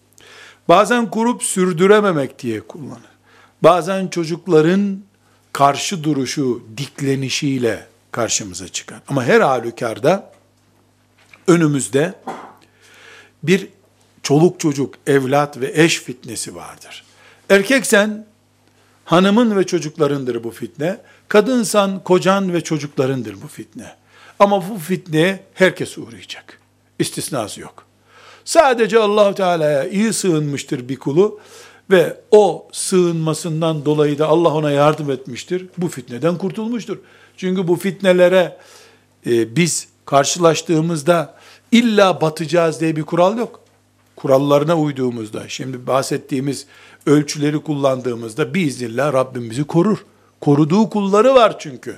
Bazen kurup sürdürememek diye kullanır. Bazen çocukların karşı duruşu, diklenişiyle karşımıza çıkar. Ama her halükarda önümüzde bir çoluk çocuk, evlat ve eş fitnesi vardır. Erkeksen hanımın ve çocuklarındır bu fitne. Kadınsan kocan ve çocuklarındır bu fitne. Ama bu fitneye herkes uğrayacak. İstisnası yok. Sadece Allah-u Teala'ya iyi sığınmıştır bir kulu ve o sığınmasından dolayı da Allah ona yardım etmiştir. Bu fitneden kurtulmuştur. Çünkü bu fitnelere e, biz karşılaştığımızda illa batacağız diye bir kural yok. Kurallarına uyduğumuzda, şimdi bahsettiğimiz ölçüleri kullandığımızda biiznillah Rabbim bizi korur. Koruduğu kulları var çünkü.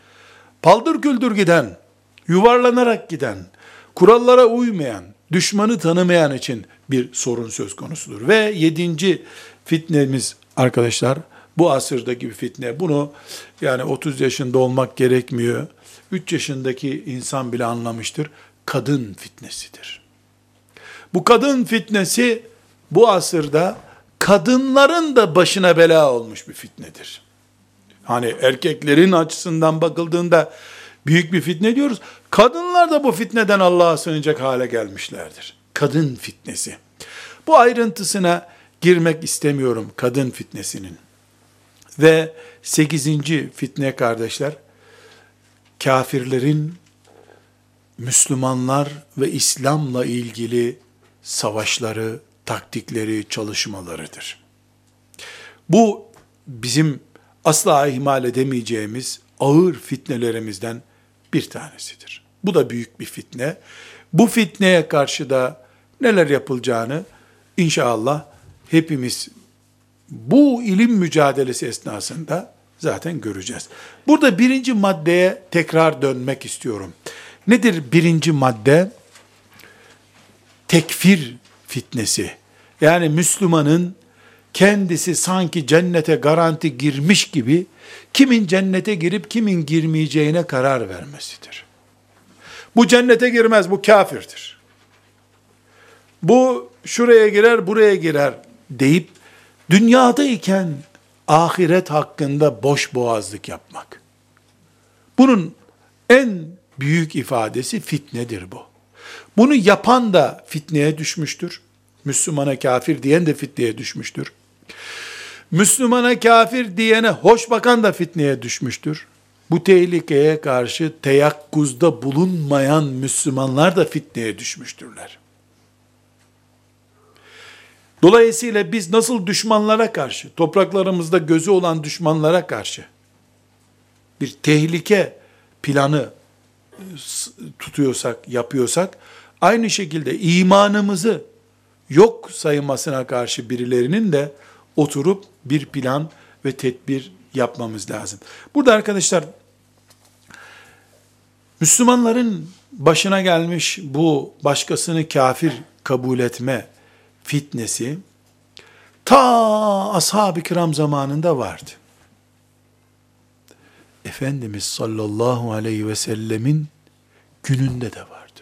Paldır küldür giden, yuvarlanarak giden, kurallara uymayan, düşmanı tanımayan için bir sorun söz konusudur. Ve yedinci fitnemiz arkadaşlar, bu asırdaki bir fitne. Bunu yani otuz yaşında olmak gerekmiyor. üç yaşındaki insan bile anlamıştır. Kadın fitnesidir. Bu kadın fitnesi bu asırda kadınların da başına bela olmuş bir fitnedir. Hani erkeklerin açısından bakıldığında büyük bir fitne diyoruz. Kadınlar da bu fitneden Allah'a sığınacak hale gelmişlerdir. Kadın fitnesi. Bu ayrıntısına girmek istemiyorum kadın fitnesinin. Ve sekizinci fitne kardeşler, kafirlerin Müslümanlar ve İslam'la ilgili savaşları, taktikleri, çalışmalarıdır. Bu bizim asla ihmal edemeyeceğimiz ağır fitnelerimizden bir tanesidir. Bu da büyük bir fitne. Bu fitneye karşı da neler yapılacağını inşallah hepimiz bu ilim mücadelesi esnasında zaten göreceğiz. Burada birinci maddeye tekrar dönmek istiyorum. Nedir birinci madde? Tekfir fitnesi. Yani Müslümanın kendisi sanki cennete garanti girmiş gibi kimin cennete girip kimin girmeyeceğine karar vermesidir. Bu cennete girmez, bu kafirdir. Bu şuraya girer, buraya girer deyip dünyadayken ahiret hakkında boş boğazlık yapmak. Bunun en büyük ifadesi fitnedir bu. Bunu yapan da fitneye düşmüştür. Müslümana kafir diyen de fitneye düşmüştür. Müslümana kafir diyene hoş bakan da fitneye düşmüştür. Bu tehlikeye karşı teyakkuzda bulunmayan Müslümanlar da fitneye düşmüştürler. Dolayısıyla biz nasıl düşmanlara karşı, topraklarımızda gözü olan düşmanlara karşı bir tehlike planı tutuyorsak, yapıyorsak, aynı şekilde imanımızı yok sayılmasına karşı birilerinin de oturup bir plan ve tedbir yapmamız lazım. Burada arkadaşlar, Müslümanların başına gelmiş bu başkasını kafir kabul etme fitnesi, ta ashab-ı kiram zamanında vardı. Efendimiz sallallahu aleyhi ve sellemin gününde de vardı.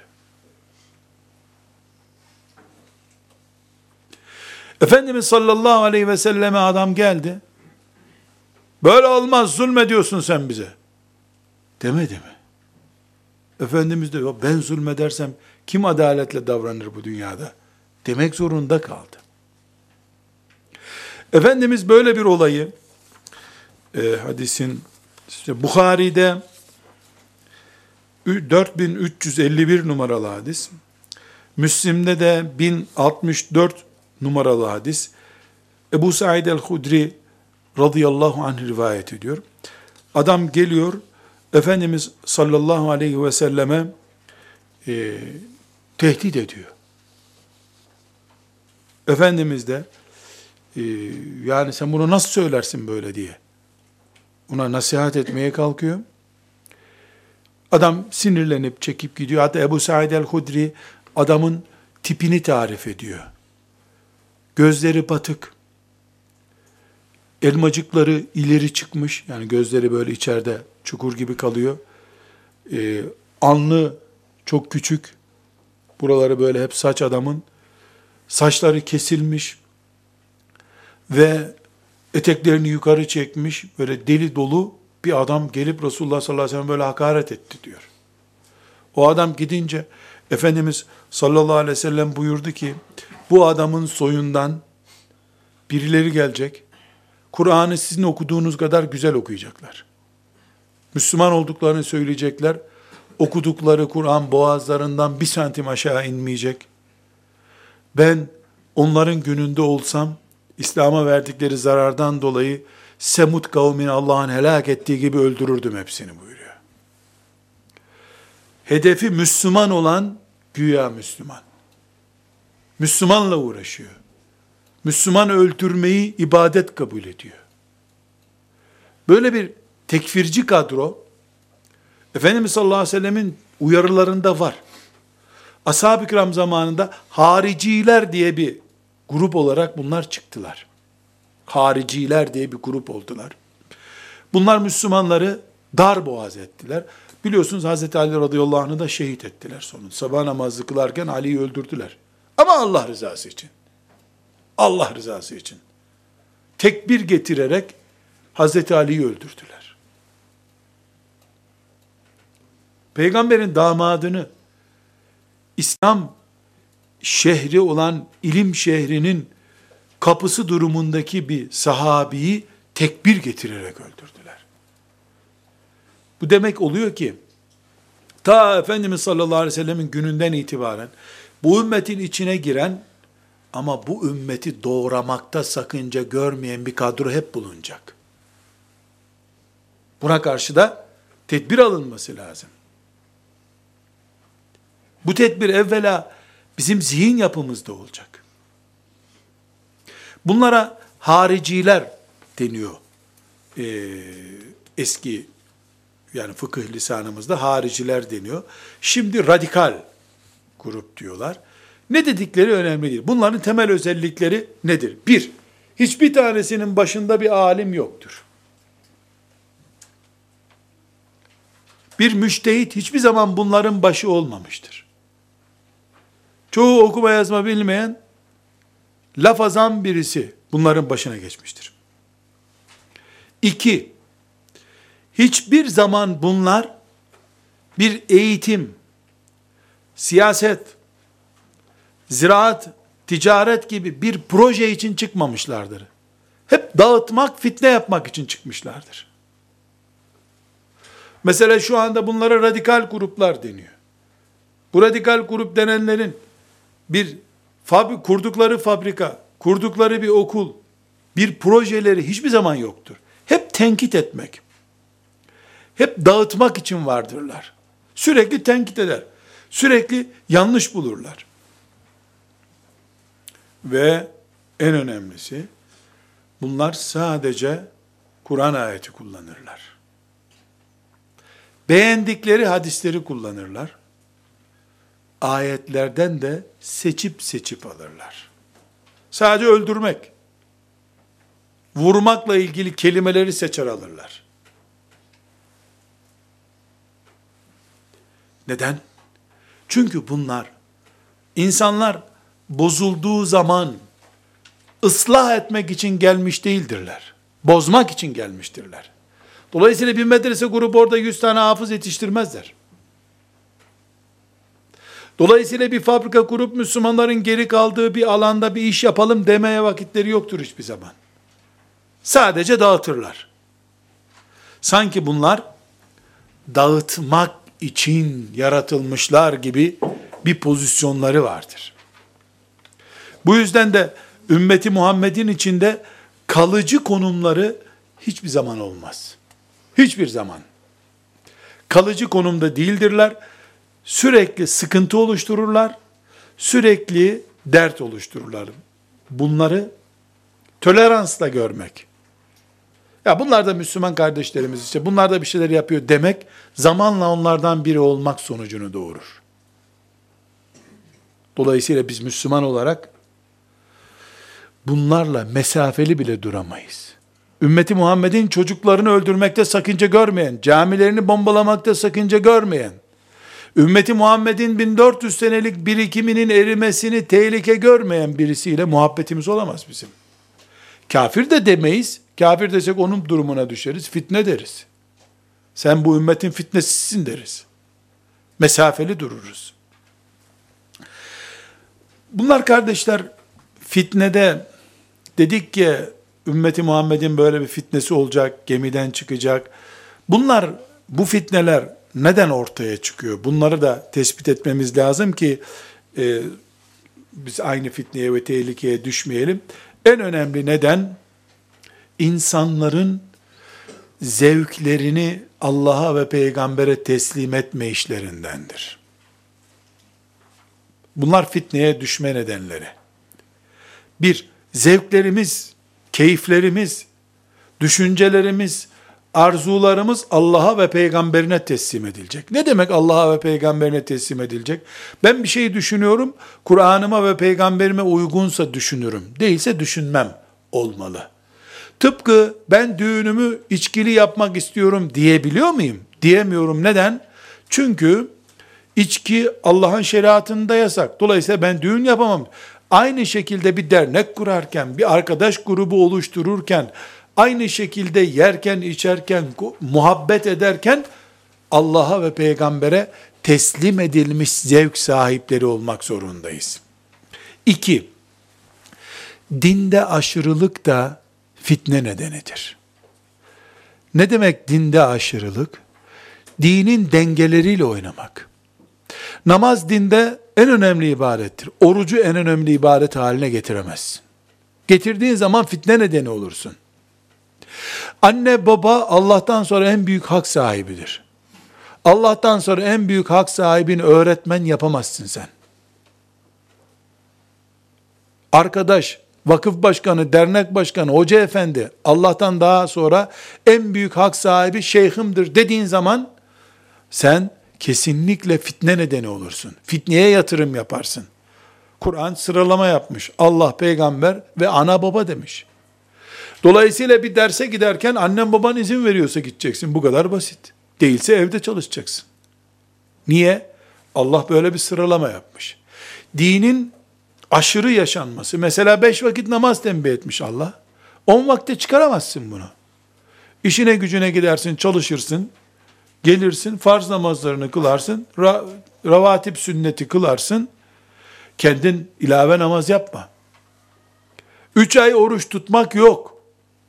Efendimiz sallallahu aleyhi ve selleme adam geldi. Böyle olmaz, zulmediyorsun sen bize. Demedi mi? Efendimiz de, ben zulmedersem kim adaletle davranır bu dünyada? Demek zorunda kaldı. Efendimiz böyle bir olayı, e, hadisin işte Bukhari'de dört bin üç yüz elli bir numaralı hadis, Müslim'de de bin altmış dört numaralı hadis, Ebu Said el-Hudri radıyallahu anh rivayet ediyor. Adam geliyor, Efendimiz sallallahu aleyhi ve selleme e, tehdit ediyor. Efendimiz de e, yani sen bunu nasıl söylersin böyle diye ona nasihat etmeye kalkıyor. Adam sinirlenip çekip gidiyor. Hatta Ebu Said el-Hudri adamın tipini tarif ediyor. Gözleri batık, elmacıkları ileri çıkmış, yani gözleri böyle içeride çukur gibi kalıyor. Ee, alnı çok küçük, buraları böyle hep saç adamın, saçları kesilmiş ve eteklerini yukarı çekmiş, böyle deli dolu bir adam gelip Resulullah sallallahu aleyhi ve sellem böyle hakaret etti diyor. O adam gidince Efendimiz sallallahu aleyhi ve sellem buyurdu ki, bu adamın soyundan birileri gelecek, Kur'an'ı sizin okuduğunuz kadar güzel okuyacaklar. Müslüman olduklarını söyleyecekler, okudukları Kur'an boğazlarından bir santim aşağı inmeyecek. Ben onların gününde olsam, İslam'a verdikleri zarardan dolayı Semud kavmini Allah'ın helak ettiği gibi öldürürdüm hepsini buyuruyor. Hedefi Müslüman olan güya Müslüman. Müslümanla uğraşıyor. Müslüman öldürmeyi ibadet kabul ediyor. Böyle bir tekfirci kadro, Efendimiz sallallahu aleyhi ve sellemin uyarılarında var. Ashab-ı kiram zamanında hariciler diye bir grup olarak bunlar çıktılar. Hariciler diye bir grup oldular. Bunlar Müslümanları darboğaz ettiler. Biliyorsunuz Hazreti Ali radıyallahu anh'ı da şehit ettiler sonunda. Sabah namazı kılarken Ali'yi öldürdüler. Ama Allah rızası için. Allah rızası için. Tekbir getirerek Hazreti Ali'yi öldürdüler. Peygamberin damadını, İslam şehri olan ilim şehrinin kapısı durumundaki bir sahabiyi tekbir getirerek öldürdüler. Bu demek oluyor ki, ta Efendimiz sallallahu aleyhi ve sellemin gününden itibaren bu ümmetin içine giren ama bu ümmeti doğramakta sakınca görmeyen bir kadro hep bulunacak. Buna karşı da tedbir alınması lazım. Bu tedbir evvela bizim zihin yapımızda olacak. Bunlara hariciler deniyor. Ee, eski yani fıkıh lisanımızda hariciler deniyor. Şimdi radikal grup diyorlar. Ne dedikleri önemli değil. Bunların temel özellikleri nedir? Bir, hiçbir tanesinin başında bir alim yoktur. Bir müştehit hiçbir zaman bunların başı olmamıştır. Çoğu okuma yazma bilmeyen, lafazan birisi bunların başına geçmiştir. İki, hiçbir zaman bunlar bir eğitim, siyaset, ziraat, ticaret gibi bir proje için çıkmamışlardır. Hep dağıtmak, fitne yapmak için çıkmışlardır. Mesela şu anda bunlara radikal gruplar deniyor. Bu radikal grup denenlerin bir fabri, kurdukları fabrika, kurdukları bir okul, bir projeleri hiçbir zaman yoktur. Hep tenkit etmek, hep dağıtmak için vardırlar. Sürekli tenkit eder, sürekli yanlış bulurlar. Ve en önemlisi, bunlar sadece Kur'an ayeti kullanırlar. Beğendikleri hadisleri kullanırlar. Ayetlerden de seçip seçip alırlar. Sadece öldürmek, vurmakla ilgili kelimeleri seçer alırlar. Neden? Çünkü bunlar, insanlar bozulduğu zaman ıslah etmek için gelmiş değildirler. Bozmak için gelmiştirler. Dolayısıyla bir medrese grubu orada yüz tane hafız yetiştirmezler. Dolayısıyla bir fabrika kurup Müslümanların geri kaldığı bir alanda bir iş yapalım demeye vakitleri yoktur hiçbir zaman. Sadece dağıtırlar. Sanki bunlar dağıtmak için yaratılmışlar gibi bir pozisyonları vardır. Bu yüzden de ümmeti Muhammed'in içinde kalıcı konumları hiçbir zaman olmaz. Hiçbir zaman. Kalıcı konumda değildirler. Sürekli sıkıntı oluştururlar. Sürekli dert oluştururlar. Bunları toleransla görmek. Ya bunlar da Müslüman kardeşlerimiz, işte bunlar da bir şeyler yapıyor demek, zamanla onlardan biri olmak sonucunu doğurur. Dolayısıyla biz Müslüman olarak bunlarla mesafeli bile duramayız. Ümmeti Muhammed'in çocuklarını öldürmekte sakınca görmeyen, camilerini bombalamakta sakınca görmeyen, ümmeti Muhammed'in bin dört yüz senelik birikiminin erimesini tehlike görmeyen birisiyle muhabbetimiz olamaz bizim. Kafir de demeyiz. Kafir desek onun durumuna düşeriz. Fitne deriz. Sen bu ümmetin fitnesisin deriz. Mesafeli dururuz. Bunlar kardeşler, fitnede dedik ki ümmeti Muhammed'in böyle bir fitnesi olacak, gemiden çıkacak. Bunlar, bu fitneler neden ortaya çıkıyor? Bunları da tespit etmemiz lazım ki e, biz aynı fitneye ve tehlikeye düşmeyelim. En önemli neden, insanların zevklerini Allah'a ve peygambere teslim etme işlerindendir. Bunlar fitneye düşme nedenleri. Bir, zevklerimiz, keyiflerimiz, düşüncelerimiz, arzularımız Allah'a ve peygamberine teslim edilecek. Ne demek Allah'a ve peygamberine teslim edilecek? Ben bir şey düşünüyorum, Kur'an'ıma ve peygamberime uygunsa düşünürüm. Değilse düşünmem olmalı. Tıpkı ben düğünümü içkili yapmak istiyorum diyebiliyor muyum? Diyemiyorum. Neden? Çünkü içki Allah'ın şeriatında yasak. Dolayısıyla ben düğün yapamam. Aynı şekilde bir dernek kurarken, bir arkadaş grubu oluştururken, aynı şekilde yerken, içerken, muhabbet ederken Allah'a ve peygambere teslim edilmiş zevk sahipleri olmak zorundayız. İki, dinde aşırılık da fitne nedenidir. Ne demek dinde aşırılık? Dinin dengeleriyle oynamak. Namaz dinde en önemli ibadettir. Orucu en önemli ibadet haline getiremezsin. Getirdiğin zaman fitne nedeni olursun. Anne baba Allah'tan sonra en büyük hak sahibidir. Allah'tan sonra en büyük hak sahibini öğretmen yapamazsın sen. Arkadaş, vakıf başkanı, dernek başkanı, hoca efendi, Allah'tan daha sonra en büyük hak sahibi şeyhimdir dediğin zaman sen kesinlikle fitne nedeni olursun. Fitneye yatırım yaparsın. Kur'an sıralama yapmış. Allah, peygamber ve ana baba demiş. Dolayısıyla bir derse giderken annen baban izin veriyorsa gideceksin. Bu kadar basit. Değilse evde çalışacaksın. Niye? Allah böyle bir sıralama yapmış. Dinin aşırı yaşanması. Mesela beş vakit namaz tembih etmiş Allah. On vakte çıkaramazsın bunu. İşine gücüne gidersin, çalışırsın. Gelirsin, farz namazlarını kılarsın, ra, ravatip sünneti kılarsın, kendin ilave namaz yapma. Üç ay oruç tutmak yok.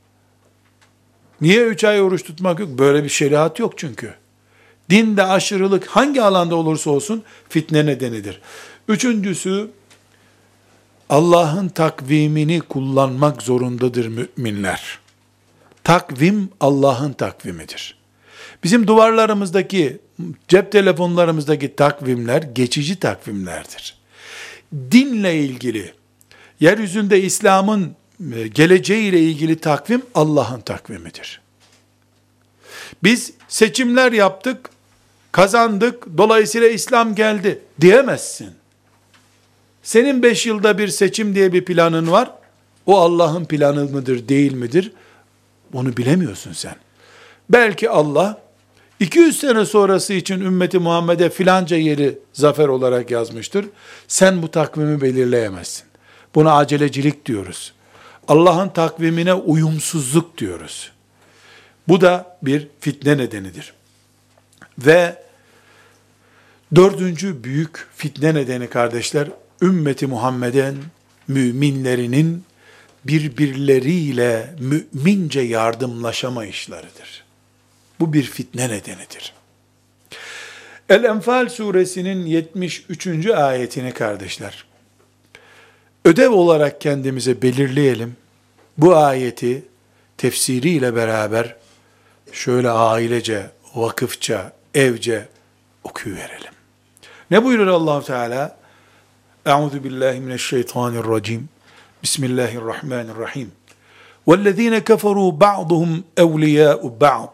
Niye üç ay oruç tutmak yok? Böyle bir şeriat yok çünkü. Dinde aşırılık hangi alanda olursa olsun fitne nedenidir. Üçüncüsü, Allah'ın takvimini kullanmak zorundadır müminler. Takvim Allah'ın takvimidir. Bizim duvarlarımızdaki, cep telefonlarımızdaki takvimler geçici takvimlerdir. Dinle ilgili, yeryüzünde İslam'ın geleceğiyle ilgili takvim Allah'ın takvimidir. Biz seçimler yaptık, kazandık, dolayısıyla İslam geldi diyemezsin. Senin beş yılda bir seçim diye bir planın var. O Allah'ın planı mıdır, değil midir? Onu bilemiyorsun sen. Belki Allah iki yüz sene sonrası için ümmeti Muhammed'e filanca yeri zafer olarak yazmıştır. Sen bu takvimi belirleyemezsin. Buna acelecilik diyoruz. Allah'ın takvimine uyumsuzluk diyoruz. Bu da bir fitne nedenidir. Ve dördüncü büyük fitne nedeni kardeşler, ümmeti Muhammed'in müminlerinin birbirleriyle mümince yardımlaşamayışlarıdır. Bu bir fitne nedenidir. El-Enfal suresinin yetmiş üçüncü ayetini kardeşler, ödev olarak kendimize belirleyelim. Bu ayeti tefsiriyle beraber şöyle ailece, vakıfça, evce okuyuverelim. Ne buyurur Allah Teala? Euzu billahi mineşşeytanirracim. Bismillahirrahmanirrahim. وَالَّذ۪ينَ كَفَرُوا بَعْضُهُمْ اَوْلِيَاءُ بَعْضٍ.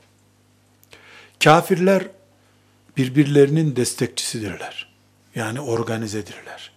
Kafirler birbirlerinin destekçisidirler. Yani organizedirler.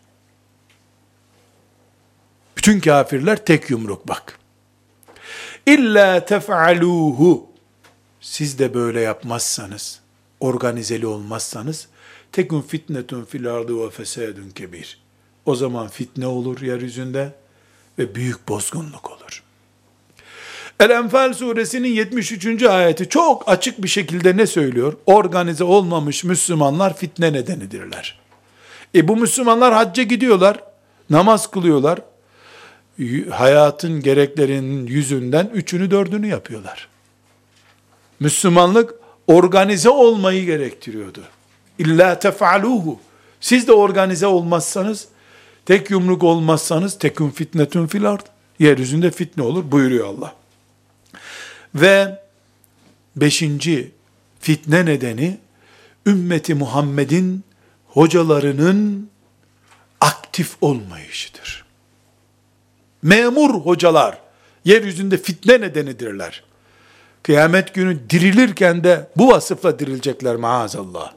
Bütün kafirler tek yumruk bak. İlla tef'aluhu. Siz de böyle yapmazsanız, organizeli olmazsanız, tekun fitnetun fil ardı ve fesadun kebir. O zaman fitne olur yeryüzünde ve büyük bozgunluk olur. El-Enfal suresinin yetmiş üçüncü ayeti çok açık bir şekilde ne söylüyor? Organize olmamış Müslümanlar fitne nedenidirler. E bu Müslümanlar hacca gidiyorlar, namaz kılıyorlar, hayatın gereklerinin yüzünden üçünü dördünü yapıyorlar. Müslümanlık organize olmayı gerektiriyordu. İlla tef'aluhu. Siz de organize olmazsanız, tek yumruk olmazsanız, tekun fitnetun fil ard. Yeryüzünde fitne olur buyuruyor Allah. Ve beşinci fitne nedeni, ümmeti Muhammed'in hocalarının aktif olmayışıdır. Memur hocalar, yeryüzünde fitne nedenidirler. Kıyamet günü dirilirken de bu vasıfla dirilecekler maazallah.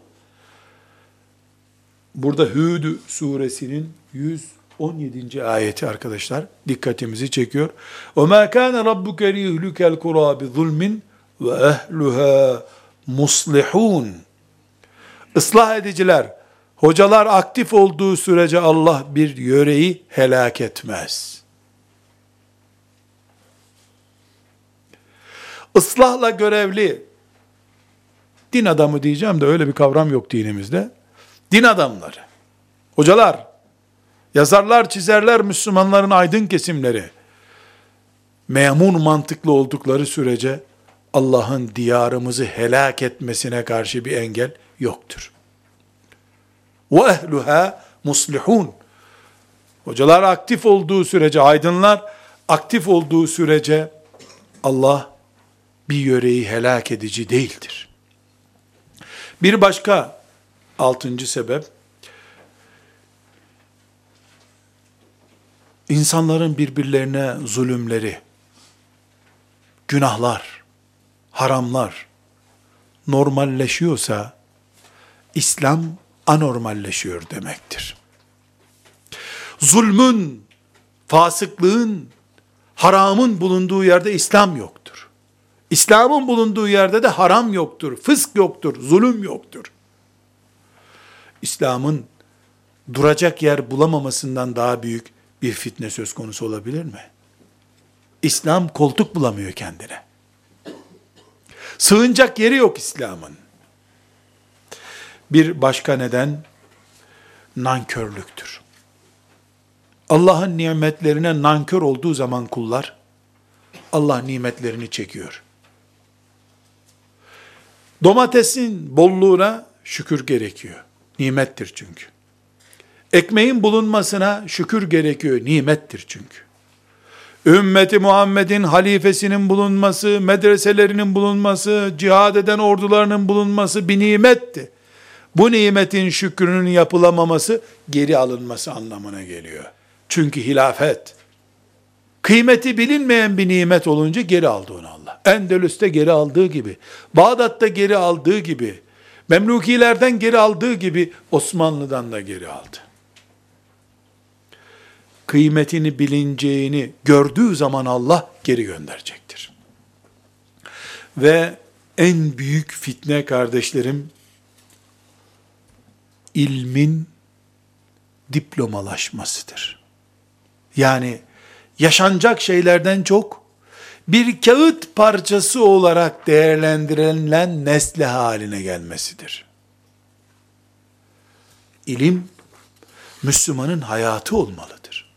Burada Hud suresinin yüz on yedinci ayeti arkadaşlar dikkatimizi çekiyor. وَمَا كَانَ رَبُّكَ لِيُهْلِكَ الْقُرَى بِظُلْمٍ وَأَهْلُهَا مُصْلِحُونَ. Islah ediciler, hocalar aktif olduğu sürece Allah bir yöreyi helak etmez. Islahla görevli, din adamı diyeceğim de öyle bir kavram yok dinimizde. Din adamları, hocalar, yazarlar, çizerler, Müslümanların aydın kesimleri, memnun mantıklı oldukları sürece Allah'ın diyarımızı helak etmesine karşı bir engel yoktur. وَاَهْلُهَا muslihun. Hocalar aktif olduğu sürece, aydınlar aktif olduğu sürece Allah bir yöreyi helak edici değildir. Bir başka altıncı sebep, insanların birbirlerine zulümleri, günahlar, haramlar normalleşiyorsa, İslam anormalleşiyor demektir. Zulmün, fasıklığın, haramın bulunduğu yerde İslam yoktur. İslam'ın bulunduğu yerde de haram yoktur, fısk yoktur, zulüm yoktur. İslam'ın duracak yer bulamamasından daha büyük bir fitne söz konusu olabilir mi? İslam koltuk bulamıyor kendine. Sığınacak yeri yok İslam'ın. Bir başka neden nankörlüktür. Allah'ın nimetlerine nankör olduğu zaman kullar, Allah nimetlerini çekiyor. Domatesin bolluğuna şükür gerekiyor. Nimettir çünkü. Ekmeğin bulunmasına şükür gerekiyor. Nimettir çünkü. Ümmeti Muhammed'in halifesinin bulunması, medreselerinin bulunması, cihad eden ordularının bulunması bir nimetti. Bu nimetin şükrünün yapılamaması, geri alınması anlamına geliyor. Çünkü hilafet, kıymeti bilinmeyen bir nimet olunca geri aldı onu Allah. Endülüs'te geri aldığı gibi, Bağdat'ta geri aldığı gibi, Memlukilerden geri aldığı gibi, Osmanlı'dan da geri aldı. Kıymetini bilineceğini gördüğü zaman Allah geri gönderecektir. Ve en büyük fitne kardeşlerim, ilmin diplomalaşmasıdır. Yani yaşanacak şeylerden çok bir kağıt parçası olarak değerlendirilen nesle haline gelmesidir. İlim Müslümanın hayatı olmalıdır.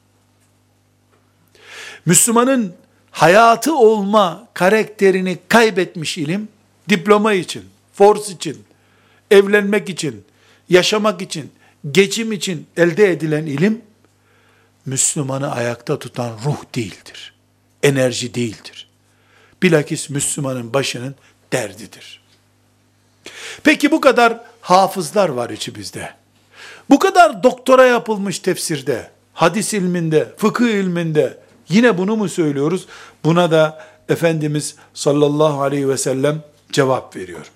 Müslümanın hayatı olma karakterini kaybetmiş ilim, diploma için, fors için, evlenmek için, yaşamak için, geçim için elde edilen ilim, Müslümanı ayakta tutan ruh değildir. Enerji değildir. Bilakis Müslümanın başının derdidir. Peki bu kadar hafızlar var içimizde. Bu kadar doktora yapılmış tefsirde, hadis ilminde, fıkıh ilminde, yine bunu mu söylüyoruz? Buna da Efendimiz sallallahu aleyhi ve sellem cevap veriyor.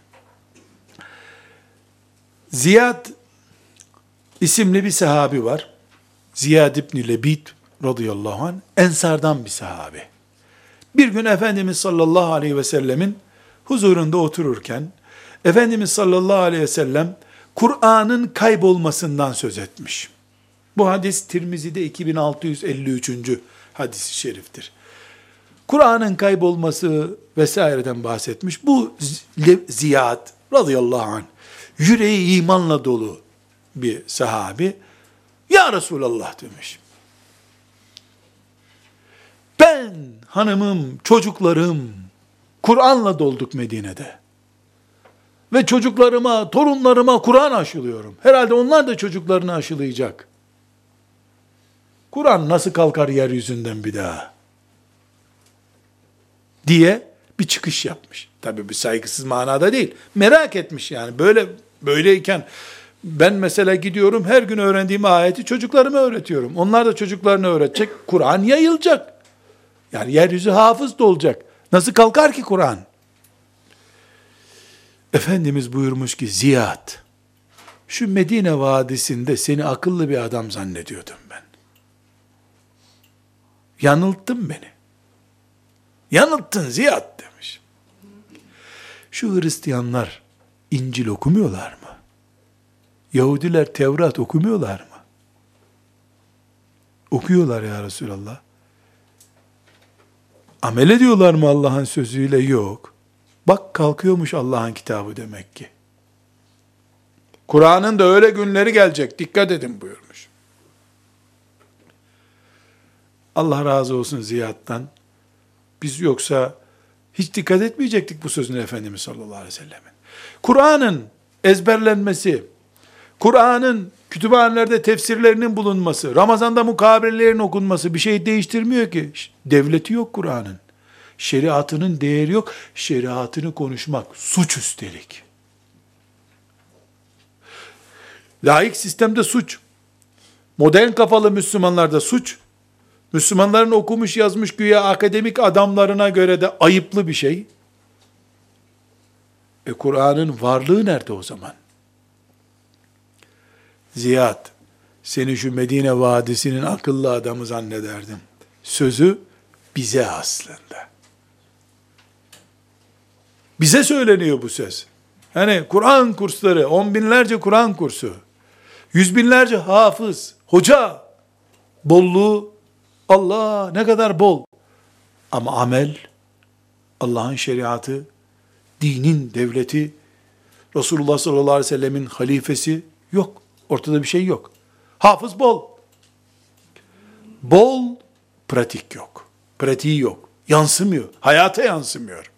Ziyad isimli bir sahabi var. Ziyad İbni Lebid radıyallahu anh, Ensardan bir sahabi. Bir gün Efendimiz sallallahu aleyhi ve sellemin huzurunda otururken, Efendimiz sallallahu aleyhi ve sellem, Kur'an'ın kaybolmasından söz etmiş. Bu hadis Tirmizi'de iki bin altı yüz elli üçüncü hadis-i şeriftir. Kur'an'ın kaybolması vesaireden bahsetmiş. Bu Ziyad radıyallahu anh, yüreği imanla dolu bir sahabi, ya Resulallah demiş. Ben, hanımım, çocuklarım, Kur'an'la dolduk Medine'de. Ve çocuklarıma, torunlarıma Kur'an aşılıyorum. Herhalde onlar da çocuklarını aşılayacak. Kur'an nasıl kalkar yeryüzünden bir daha? Diye bir çıkış yapmış. Tabii bir saygısız manada değil. Merak etmiş yani. Böyle böyleyken ben mesela gidiyorum, her gün öğrendiğim ayeti çocuklarıma öğretiyorum. Onlar da çocuklarına öğretecek. Kur'an yayılacak. Yani yeryüzü hafız da olacak. Nasıl kalkar ki Kur'an? Efendimiz buyurmuş ki, Ziyad, şu Medine Vadisi'nde seni akıllı bir adam zannediyordum ben. Yanılttın beni. Yanılttın Ziyad demiş. Şu Hristiyanlar İncil okumuyorlar mı? Yahudiler Tevrat okumuyorlar mı? Okuyorlar ya Resulallah. Amel ediyorlar mı Allah'ın sözüyle? Yok. Bak kalkıyormuş Allah'ın kitabı demek ki. Kur'an'ın da öyle günleri gelecek. Dikkat edin buyurmuş. Allah razı olsun Ziyad'dan. Biz yoksa hiç dikkat etmeyecektik bu sözüne Efendimiz sallallahu aleyhi ve sellemin. Kur'an'ın ezberlenmesi, Kur'an'ın kütüphanelerde tefsirlerinin bulunması, Ramazan'da mukabelelerin okunması bir şey değiştirmiyor ki. Devleti yok Kur'an'ın. Şeriatının değeri yok. Şeriatını konuşmak suç üstelik. Laik sistemde suç. Modern kafalı Müslümanlarda suç. Müslümanların okumuş yazmış güya akademik adamlarına göre de ayıplı bir şey. E Kur'an'ın varlığı nerede o zaman? Ziyad, seni şu Medine Vadisi'nin akıllı adamı zannederdim. Sözü bize aslında. Bize söyleniyor bu söz. Hani Kur'an kursları, on binlerce Kur'an kursu, yüz binlerce hafız, hoca, bolluğu, Allah ne kadar bol. Ama amel, Allah'ın şeriatı, dinin devleti Resulullah sallallahu aleyhi ve sellemin halifesi yok. Ortada bir şey yok. Hafız bol. Bol, pratik yok. Pratiği yok. Yansımıyor. Hayata yansımıyor.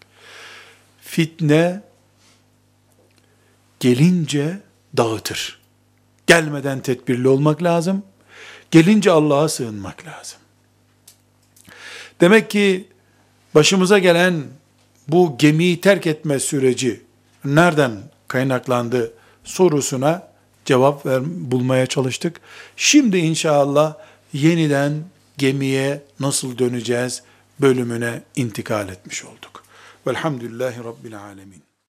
Fitne gelince dağıtır. Gelmeden tedbirli olmak lazım. Gelince Allah'a sığınmak lazım. Demek ki başımıza gelen bu gemiyi terk etme süreci nereden kaynaklandı sorusuna cevap ver, bulmaya çalıştık. Şimdi inşallah yeniden gemiye nasıl döneceğiz bölümüne intikal etmiş olduk. Velhamdülillahi Rabbil alemin.